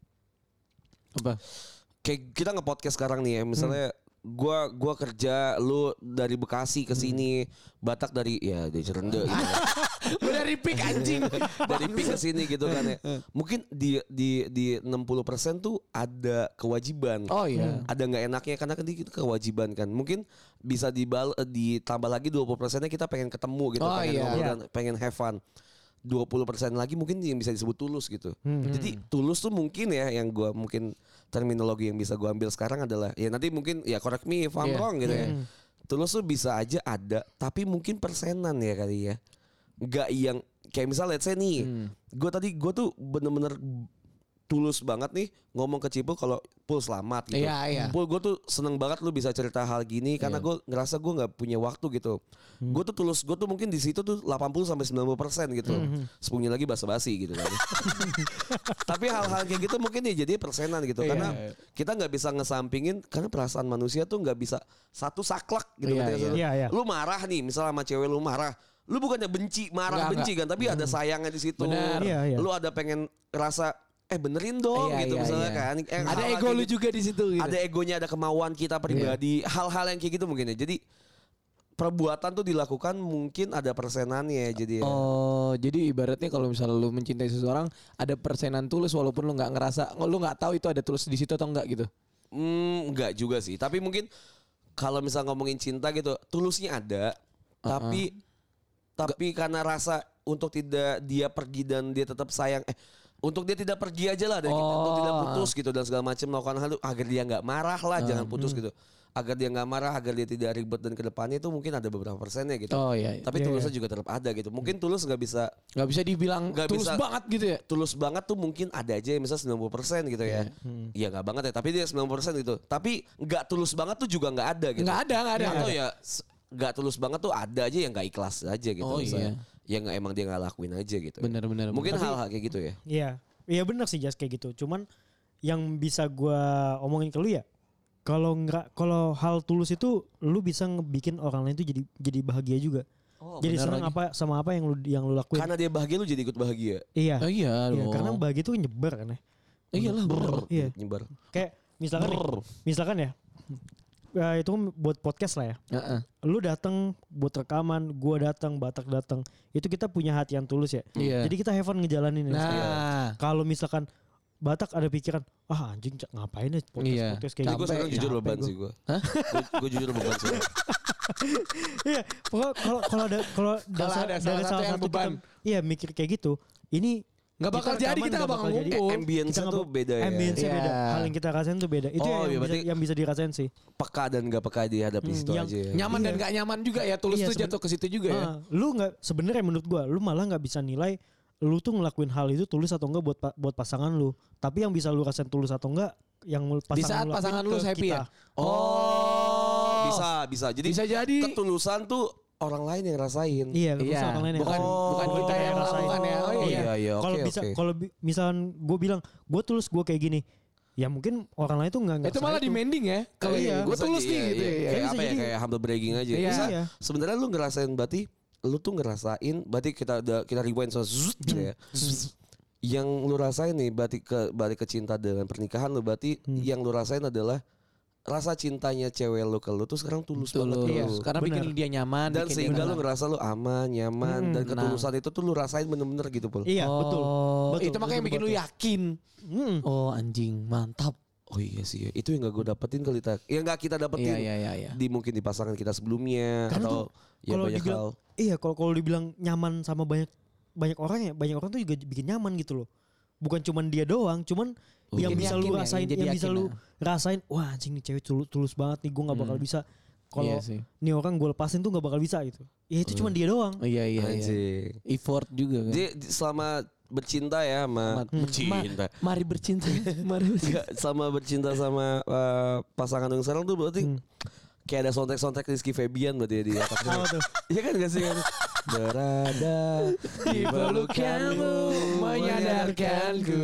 apa? Kayak kita nge-podcast sekarang nih ya, misalnya gua gua kerja, lu dari Bekasi ke sini, Batak dari ya dari Cirende gitu. Gue dari pik anjing. Dari P I K ke sini gitu kan ya. Mungkin di di di enam puluh persen tuh ada kewajiban. Oh iya. Ada nggak enaknya karena kan itu kewajiban kan. Mungkin bisa dibal ditambah lagi dua puluh persennya kita pengen ketemu gitu, Oh, pengen iya. ngobrol Iya. dan pengen have fun. dua puluh persen lagi mungkin yang bisa disebut tulus gitu. Jadi tulus tuh mungkin ya yang gua mungkin terminologi yang bisa gua ambil sekarang adalah ya nanti mungkin ya correct me if I'm Iya. wrong gitu ya. tulus tuh bisa aja ada, tapi mungkin persenan ya kali ya. Nggak yang kayak misalnya let's say nih, Hmm. gue tadi gue tuh bener-bener tulus banget nih ngomong ke Cipul kalau Pul selamat gitu. Iya, iya. Pul gue tuh seneng banget lu bisa cerita hal gini karena gue ngerasa gue nggak punya waktu gitu. Hmm. Gue tuh tulus, gue tuh mungkin di situ tuh delapan puluh sampai sembilan puluh persen gitu. Hmm. Sepuluhnya lagi basa-basi gitu kan. Tapi hal-hal kayak gitu mungkin ya jadi persenan gitu Iya. karena kita nggak bisa ngesampingin karena perasaan manusia tuh nggak bisa satu saklek gitu. Iya, ngerti nggak iya. sih? Iya, iya. Lu marah nih misalnya sama cewek lu marah. Lu bukannya benci, marah Enggak, benci kan, tapi ada sayangnya di situ. Benar. Iya, iya. Lu ada pengen rasa eh benerin dong Iya, gitu iya, misalnya iya. kan. Eh, Ada hal-hal ego kayak lu gitu. juga di situ gitu. Ada egonya, ada kemauan kita pribadi, hal-hal yang kayak gitu mungkin ya. Jadi perbuatan tuh dilakukan mungkin ada persenannya jadi ya. Oh, jadi ibaratnya kalau misalnya lu mencintai seseorang ada persenan tulus walaupun lu nggak ngerasa, lu nggak tahu itu ada tulus di situ atau enggak gitu. Hmm, enggak juga sih. Tapi mungkin kalau misal ngomongin cinta gitu, tulusnya ada, tapi tapi karena rasa untuk tidak dia pergi dan dia tetap sayang eh untuk dia tidak pergi aja lah dari kita, untuk tidak Oh. putus gitu dan segala macam melakukan hal itu agar dia nggak marah lah, jangan putus gitu. Agar dia nggak marah, agar dia tidak ribet dan kedepannya itu mungkin ada beberapa persennya gitu. Oh iya, iya. Tapi Iya, tulusnya juga tetap ada gitu. Mungkin tulus nggak bisa Nggak bisa dibilang Nggak tulus bisa. banget gitu ya. tulus banget tuh mungkin ada aja yang misalnya sembilan puluh persen gitu ya. Iya nggak banget ya, tapi dia sembilan puluh persen gitu. Tapi nggak tulus banget tuh juga nggak ada gitu. Nggak ada, nggak ada. Atau ya s- nggak tulus banget tuh ada aja yang nggak ikhlas aja gitu. Oh, misalnya. iya. Yang nggak emang dia nggak lakuin aja gitu. Bener, bener, Mungkin bener. hal-hal kayak gitu ya. Iya, iya benar sih Jas kayak gitu. Cuman yang bisa gua omongin ke lu ya, kalau nggak kalau hal tulus itu lu bisa ngebikin orang lain tuh jadi jadi bahagia juga. Oh, jadi bener senang lagi. apa sama apa yang lu yang lu lakuin. Karena dia bahagia lu jadi ikut bahagia. iya. Oh, iya, Iya, dong. karena bahagia itu nyebar kan ya. Iyalah, bener. Iya. Nyebar. Kayak misalkan nih, Brrr. misalkan ya. Ya, itu buat podcast lah ya. Heeh. Lu datang buat rekaman, gua datang, Batak datang. Itu kita punya hati yang tulus ya. Iya. Jadi kita have fun ngejalanin ya. Nah, Kalau misalkan Batak ada pikiran, ah anjing Cak, ngapain ya podcast, Iya. podcast kayak Tapi gitu. gue sekarang jujur Capek beban gua. sih gue. Gue jujur beban sih. Iya, pokoknya kalau kalau ada kalau Kalau ada salah satu yang beban. kita, iya mikir kayak gitu. Ini nggak bakal kita jadi, rekaman kita nggak nggak bakal bakal jadi. ngumpul. Ambience kita nggak tuh bak- beda ya. ambience-nya Iya. beda. Hal yang kita rasain tuh beda. Itu Oh, yang, iya, bisa, berarti- yang bisa dirasain sih. Peka dan gak peka dihadapi Hmm, situ yang aja ya. Nyaman dan nggak nyaman juga ya. Tulus Iya, tuh seben- jatuh ke situ juga ya. Ah, lu nggak sebenarnya menurut gua, lu malah nggak bisa nilai lu tuh ngelakuin hal itu tulus atau enggak buat pa- buat pasangan lu. Tapi yang bisa lu rasain tulus atau enggak yang pasangan Di saat lu lakuin pasangan lu ke happy kita. ya. Oh, Bisa, bisa. Jadi Bisa jadi. ketulusan tuh orang lain yang rasain. Iya, ketulusan Iya, orang lain yang bukan rasain. bukan kita yang melakukan ya. Oh Oh, iya. iya, iya. Kalau Oke, bisa oke. kalau bi- misalkan gue bilang gue tulus gue kayak gini, ya mungkin orang lain tuh nggak nggak Itu malah ngerasain tuh. demanding ya. Kalau Iya. gue Bisa tulus aja, nih iya, gitu iya. ya. Kayak Bisa apa ya? jadi- Kayak humble bragging aja. Iya. Bisa, Iya. sebenarnya lu ngerasain berarti lu tuh ngerasain berarti kita udah kita rewind so zzzz gitu ya. Yang lu rasain nih berarti ke balik ke cinta dengan pernikahan lu berarti yang lu rasain adalah rasa cintanya cewek lu ke lu tuh sekarang tulus, banget Tulus. ke Iya. lu. Karena Benar. bikin dia nyaman. Dan bikin sehingga dia lu tenang. ngerasa lu aman, nyaman dan Hmm, ketulusan itu tuh lu rasain bener-bener gitu, Pul. Iya Oh, betul. Betul, itu makanya yang betul, bikin lu betul. yakin. Hmm. Oh anjing, mantap. Oh iya sih ya. Itu yang gak gue dapetin kali tak. Yang gak kita dapetin. Iya iya iya iya. Di mungkin di pasangan kita sebelumnya Karena atau tuh ya kalau banyak dibilang, hal. iya kalau kalau dibilang nyaman sama banyak banyak orang ya, banyak orang tuh juga bikin nyaman gitu loh. Bukan cuman dia doang, cuman Oh, yang iya. bisa Yakin lu ya, rasain, yang jadi yang bisa yakin, lu nah. rasain, wah anjing nih cewek tulus, tulus banget nih, gue nggak bakal Hmm. bisa. Kalau Iya sih. nih orang gue lepasin tuh nggak bakal bisa gitu. Ya itu cuman dia doang. Oh, iya iya iya. Anjing. Effort juga kan. Jadi selama bercinta ya sama Ma- bercinta. Ma- mari bercinta. Mari bercinta. Enggak, sama bercinta sama uh, pasangan yang sekarang tuh berarti kayak ada soundtrack-soundtrack Rizky Febian berarti ya di atas. Apa tuh? Iya kan gak sih kan? Berada Di pelukanmu menyadarkanku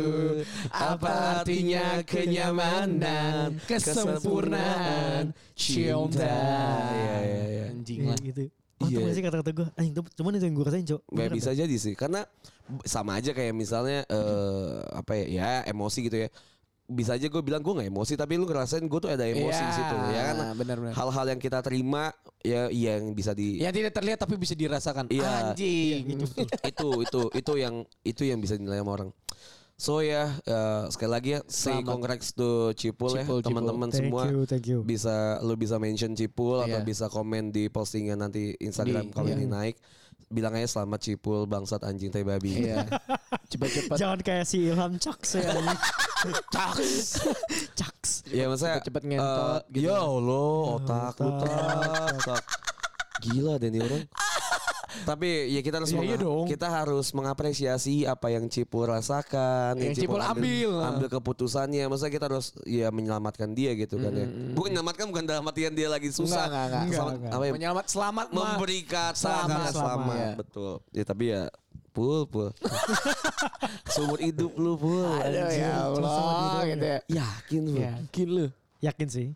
apa artinya kenyamanan, kesempurnaan, cinta. Iya iya iya. Anjing Iya lah. gitu. Mantap Iya. gak sih kata-kata gue? Anjing, tuh- cuman itu yang gue rasain, Cok. Nggak bisa jadi sih karena sama aja kayak misalnya eh, apa ya ya emosi gitu ya. Bisa aja gue bilang gue nggak emosi tapi lu ngerasain gue tuh ada emosi Iya, di situ ya kan. benar-benar. Hal-hal yang kita terima ya yang bisa di Yang tidak terlihat tapi bisa dirasakan. Iya. Anjing. itu itu itu yang itu yang bisa dinilai sama orang. So ya eh, sekali lagi ya say Selamat. congrats to Cipul, Cipul, ya teman-teman Thank semua. you, thank you. Bisa lu bisa mention Cipul atau Iya. bisa komen di postingan nanti Instagram Di- kalau iya. ini naik. Bilang aja selamat Cipul bangsat anjing tai babi. Iya. Cepat-cepat. Jangan kayak si Ilham Caks ya. Caks. Caks. Ya maksudnya cepet ngentot eh, gitu. Ya Allah, otak lu tak, otak. Gila deh nih orang. Tapi ya kita harus Ya, iya menga- dong. kita harus mengapresiasi apa yang Cipul rasakan, Yang Cipul ambil. ambil keputusannya. Maksudnya kita harus ya menyelamatkan dia gitu kan ya. Bukan menyelamatkan bukan dalam artian dia lagi susah. Enggak, enggak, enggak. Selamat- Enggak, apa ya? Menyelamat selamat mah. Memberi kata Selamat, kata selamat. selamat, Iya. betul. Ya tapi ya Pul, Pul. Seumur hidup lu, Pul. Aduh Anjir. ya Allah gitu ya. Yakin lu. Yakin lu. Yakin sih.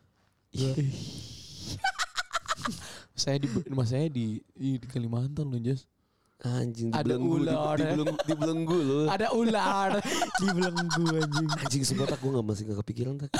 Saya di mas saya di di, di Kalimantan loh, Jas. Anjing Ada dibelenggu, di- ular. dibelenggu, dibelenggu lu. Ada ular. Dibelenggu anjing. Anjing sebatak gue gak masih gak kepikiran tak.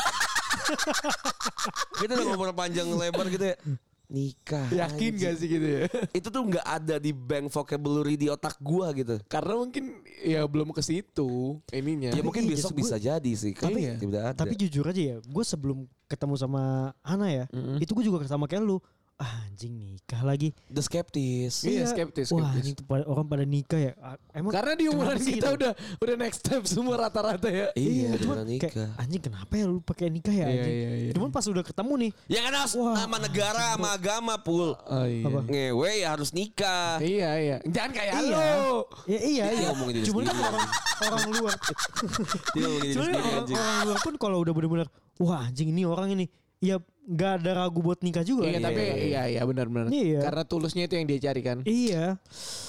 Kita udah ngobrol panjang lebar gitu ya. Nikah. Yakin anjing. gak sih gitu ya? Itu tuh gak ada di bank vocabulary di otak gua gitu. Karena mungkin ya belum ke situ ininya. Ya mungkin iya, besok gue- bisa jadi sih. Tapi- Kayaknya tidak ada. Tapi jujur aja ya, gue sebelum ketemu sama Ana ya, itu gue juga sama kayak lu. Ah, anjing nikah lagi. The skeptis. Iya, skeptis, Wah, skeptis. anjing tuh pada- orang pada nikah ya. Ah, Emang Karena di umuran kenapa sih kita gitu? udah udah next step semua rata-rata ya. Iya, cuman dengan kayak, nikah. anjing kenapa ya lu pakai nikah ya Iya, anjing. iya, iya. Cuman pas udah ketemu nih, Ya kan harus Wah. nama negara sama agama Pul. Oh iya. Apa? Ngewe ya harus nikah. Iya, iya. Jangan kayak iya. lu. Ya, iya, Dia iya. ngomongin diri Cuman kan sendiri, orang, orang luar. Dia ngomongin diri Cuman sendiri orang, anjing. orang luar pun kalau udah bener-bener, wah anjing ini orang ini. Ya gak ada ragu buat nikah juga. Iya, kan? tapi iya, iya iya benar-benar. Iya. Karena tulusnya itu yang dia cari kan. Iya.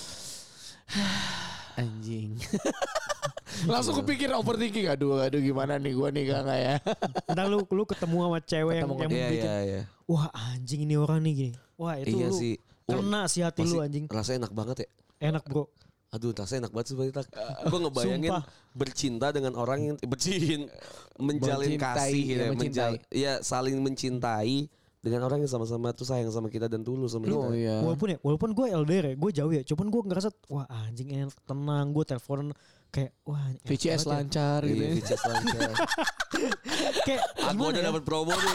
Anjing. Langsung kepikir overthinking. Aduh, aduh gimana nih gua nikah nggak ya? Ntar lu lu ketemu sama cewek yang, Ketemu yang Iya, bikin, iya, iya. wah anjing ini orang nih gini. Wah itu Iya lu sih. kena si hati lu Pasti anjing. Rasanya enak banget ya. Enak bro. Aduh, rasanya enak banget sih Bang. Gue ngebayangin Sumpah. bercinta dengan orang yang bercin, menjalin Mencintai, kasih gitu ya, ya, mencintai. menjal- ya saling mencintai dengan orang yang sama-sama tuh sayang sama kita dan tulus sama Oh kita. iya. Walaupun ya, walaupun gue L D R ya, gue jauh ya. Cuman gue ngerasa, wah anjing enak, tenang. Gue teleponan kayak, wah enak V C S banget ya. lancar gitu. Iya, ya. Vices lancar. Kayak Aku gimana udah ya? dapat promo nih.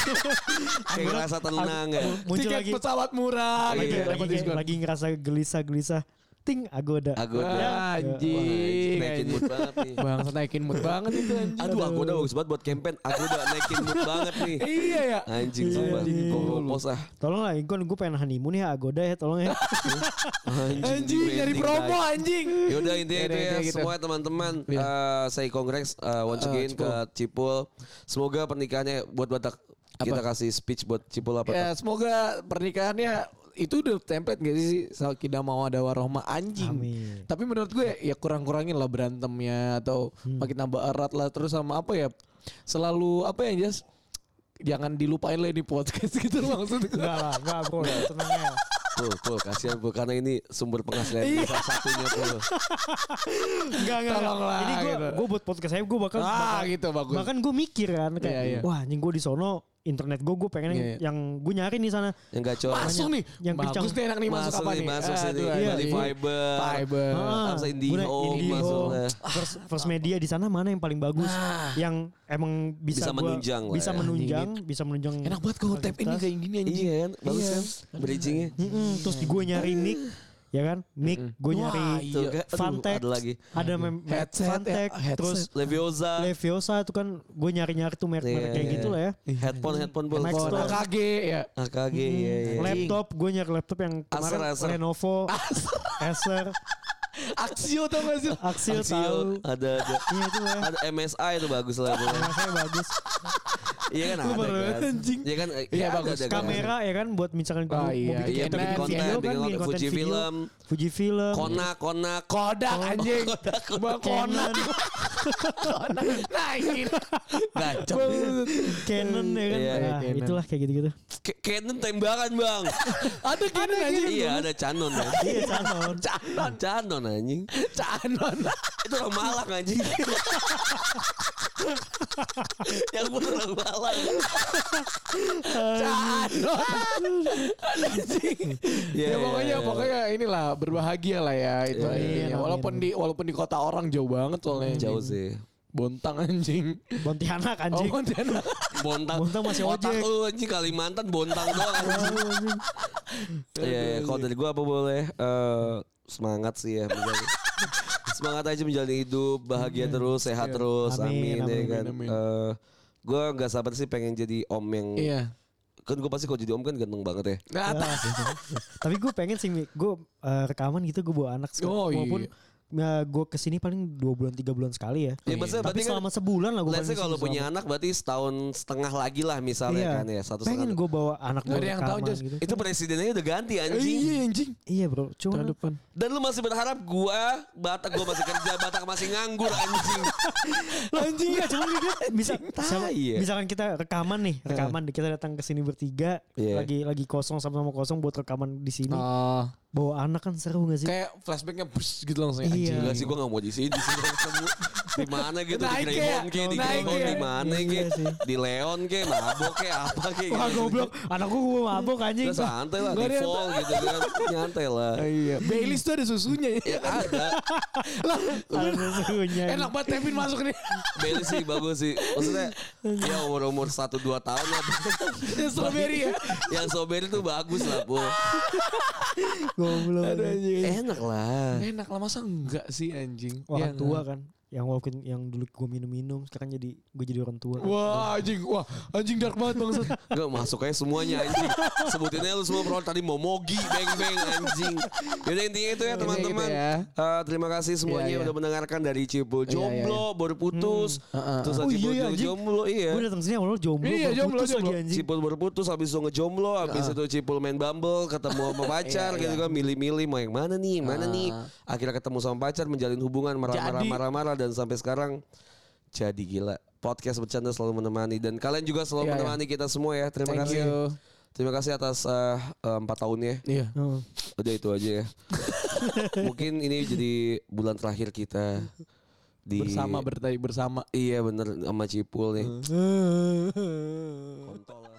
Kayak ngerasa tenang ya. Muncul Tiket lagi, pesawat murah lagi, gitu. Iya, ya, lagi, dapat diskon. lagi ngerasa gelisah-gelisah. Ting, Agoda. Agoda. Wah, anjing. Wah, naikin anjing. mood banget nih. Bang, naikin mood banget itu anjing. Aduh, aku udah bagus banget buat campaign. Aku udah naikin mood banget nih. Iya ya. Anjing Iya, sumpah. anjing. Kompos ah. Tolong lah, gue gue pengen honeymoon ya Agoda ya, tolong ya. Anjing nyari branding promo baik. anjing. Yaudah intinya Yaudah, itu ya intinya gitu. semua teman-teman Iya. eh, saya congrats eh, once Eh, again Cipul. ke Cipul. Semoga pernikahannya buat Batak kita kasih speech buat Cipul apa Ya tak? semoga pernikahannya itu udah template gak sih Sakinah mawaddah warahmah anjing. Amin. Tapi menurut gue ya kurang-kurangin lah berantemnya atau makin tambah erat lah terus sama apa ya selalu apa ya Jas jangan dilupain lah di podcast gitu maksudnya. Enggak lah, enggak bro, tenang ya. Pul, Pul, kasihan Pul karena ini sumber penghasilan Iya. salah satunya Pul. Enggak, enggak. Tolonglah, Ini gue gitu. gue buat podcast saya gue bakal Ah, bakal- gitu, bagus. Bahkan gue mikir kan kayak Iya, iya. wah anjing gue di sono internet gue gue pengen Iya, yang, iya. yang gue nyari nih sana. Yang gacor. Masuk nih. yang Bagus kencang. nih enak nih masuk, apa nih, nih? masuk sini. Aduh, Iya, Bali iya. Fiber. Fiber. Ah, Harus Indihome gue naik Indihome, masuk lah. First, first media di sana mana yang paling bagus? Nah. Yang emang bisa, Bisa gua- menunjang lah bisa ya. menunjang, bisa menunjang. Enak banget kalau tap ini kayak gini anjing. Iya kan, bagus Iya. kan bridgingnya. Mm-mm, terus gue nyari mic, ya kan? Mic, gue Wah, nyari iya. Tuh, kan, aduh, Fantech, ada lagi. ada mem- Headset, Fantech, ya, headset. terus Leviosa. Leviosa itu kan gue nyari-nyari tuh merek-merek Iya, kayak iya. gitu lah ya. Headphone, headphone Pul. Max Oh, Store. A K G ya. A K G, iya, iya. Laptop, gue nyari laptop yang kemarin Acer, Acer. Lenovo, Acer, Axio tau gak sih? Axio, Axio, tahu. ada ada. Iya itu lah. Ada M S I itu bagus lah. Pul. Rasanya bagus. Iya kan Lu ada baru kan. anjing. Iya kan. Iya, ada, bagus. ada kan. Kamera ya kan buat misalkan Oh, mau iya. bikin, Iya, Canon, bikin konten, video bikin konten konten Fuji video, Film, Fuji Film, Konak, Konak, Kodak anjing. Bang Konak. Canon, Konak. Naikin. gacor. Canon ya kan. Iya, Nah, Canon. itulah kayak gitu-gitu. K- Canon tembakan bang. Ada Canon anjing. Iya ada Canon ya. Iya Canon. Canon. Canon anjing. Canon. Itu orang Malang anjing. Yang bener orang Malang. Canon. Anjing. Iya, Ya pokoknya iya. pokoknya inilah berbahagia lah ya itu Iya, intinya. amin, Walaupun amin. di walaupun di kota orang jauh banget soalnya. Jauh anjing. sih. Bontang anjing. Pontianak Oh, anjing. Pontianak. Bontang. Bontang masih Otak ojek. lu anjing Kalimantan Bontang doang anjing. Iya, kalau dari gua apa boleh eh, semangat sih ya menjalani. Semangat aja menjalani hidup, bahagia terus, sehat Iya. terus, Amin, amin, ya amin, kan. amin. Eh, gue nggak sabar sih pengen jadi om yang Iya. kan gue pasti kalau jadi om kan ganteng banget ya. Nah, atas. Tapi gue pengen sih, gue uh, rekaman gitu gue bawa anak sekali. Oh, iya. Walaupun ya, gue kesini paling dua bulan tiga bulan sekali ya. Ya, maksudnya Tapi berarti kan- selama sebulan lah gue. Let's say kalau punya anak berarti setahun setengah lagi lah misalnya Iya. kan ya satu Pengen setengah. gue bawa anak Nggak gue ada yang tahu, rekaman Jos. gitu. Itu presidennya udah ganti anjing. Iya anjing. Iya bro, Tahun cuma depan. Dan lu masih berharap gua Batak gua masih kerja, Batak masih nganggur anjing. anjing ya, cuma gitu. Bisa, sama- Tai ya. misalkan kita rekaman nih, rekaman kita datang ke sini bertiga, Iya. lagi lagi kosong sama-sama kosong buat rekaman di sini. Oh, Bawa anak kan seru gak sih? kayak flashbacknya bus gitu langsung. Iya. Anjing. Enggak sih gua gak mau di sini, di sini ketemu di mana gitu di Naik Greymon ya, ke, di naik Greymon ya. di mana Iya ke, sih. di Leon ke, mabok ke, apa ke. Wah gitu. goblok, anakku gue mabok anjing. Udah santai lah, Nggak di ada- fall gitu kan, nyantai lah. Iya. Baileys tuh ada susunya ya. Ya ada, Lah, Ada susunya. enak banget Tevin masuk nih. Bailey sih bagus sih. Maksudnya ya umur-umur satu dua tahun lah. Yang strawberry ya. Yang strawberry tuh bagus lah, Bu. Goblok. Ada anjing. Enak lah. Enak lah masa enggak sih anjing. Orang Ya, tua enggak. kan. Yang walaupun yang dulu gue minum-minum, sekarang jadi gue jadi orang tua. Wah anjing, wah anjing dark banget bang. Enggak masuk aja semuanya anjing. Sebutinnya lu semua bro tadi mau mogi beng-beng anjing. Yaudah intinya itu ya Intinya teman-teman. gitu ya. Eh, terima kasih semuanya Iya, yang iya. udah mendengarkan dari Cipul Iya, Jomblo baru putus. Heeh. Terus Oh, Cipul iya, iya, anjing. Jomblo iya. Gue datang sini awalnya jomblo, Iya, baru jomblo, putus jomblo. lagi anjing. Cipul baru putus habis itu ngejomblo, habis itu Cipul main Bumble, ketemu sama pacar Iya, gitu iya. kan, milih-milih mau yang mana nih, yang mana Ah. nih. Akhirnya ketemu sama pacar, menjalin hubungan marah-marah Jadi- marah-marah dan sampai sekarang jadi gila. Podcast bercanda selalu menemani dan kalian juga selalu Iya, iya. menemani kita semua ya. Terima Thank kasih. you. Terima kasih atas eh, eh, empat tahunnya. Iya. Oh. Udah itu aja ya. Mungkin ini jadi bulan terakhir kita di Bersama bertanya bersama. Iya bener sama Cipul nih. Kontol lah.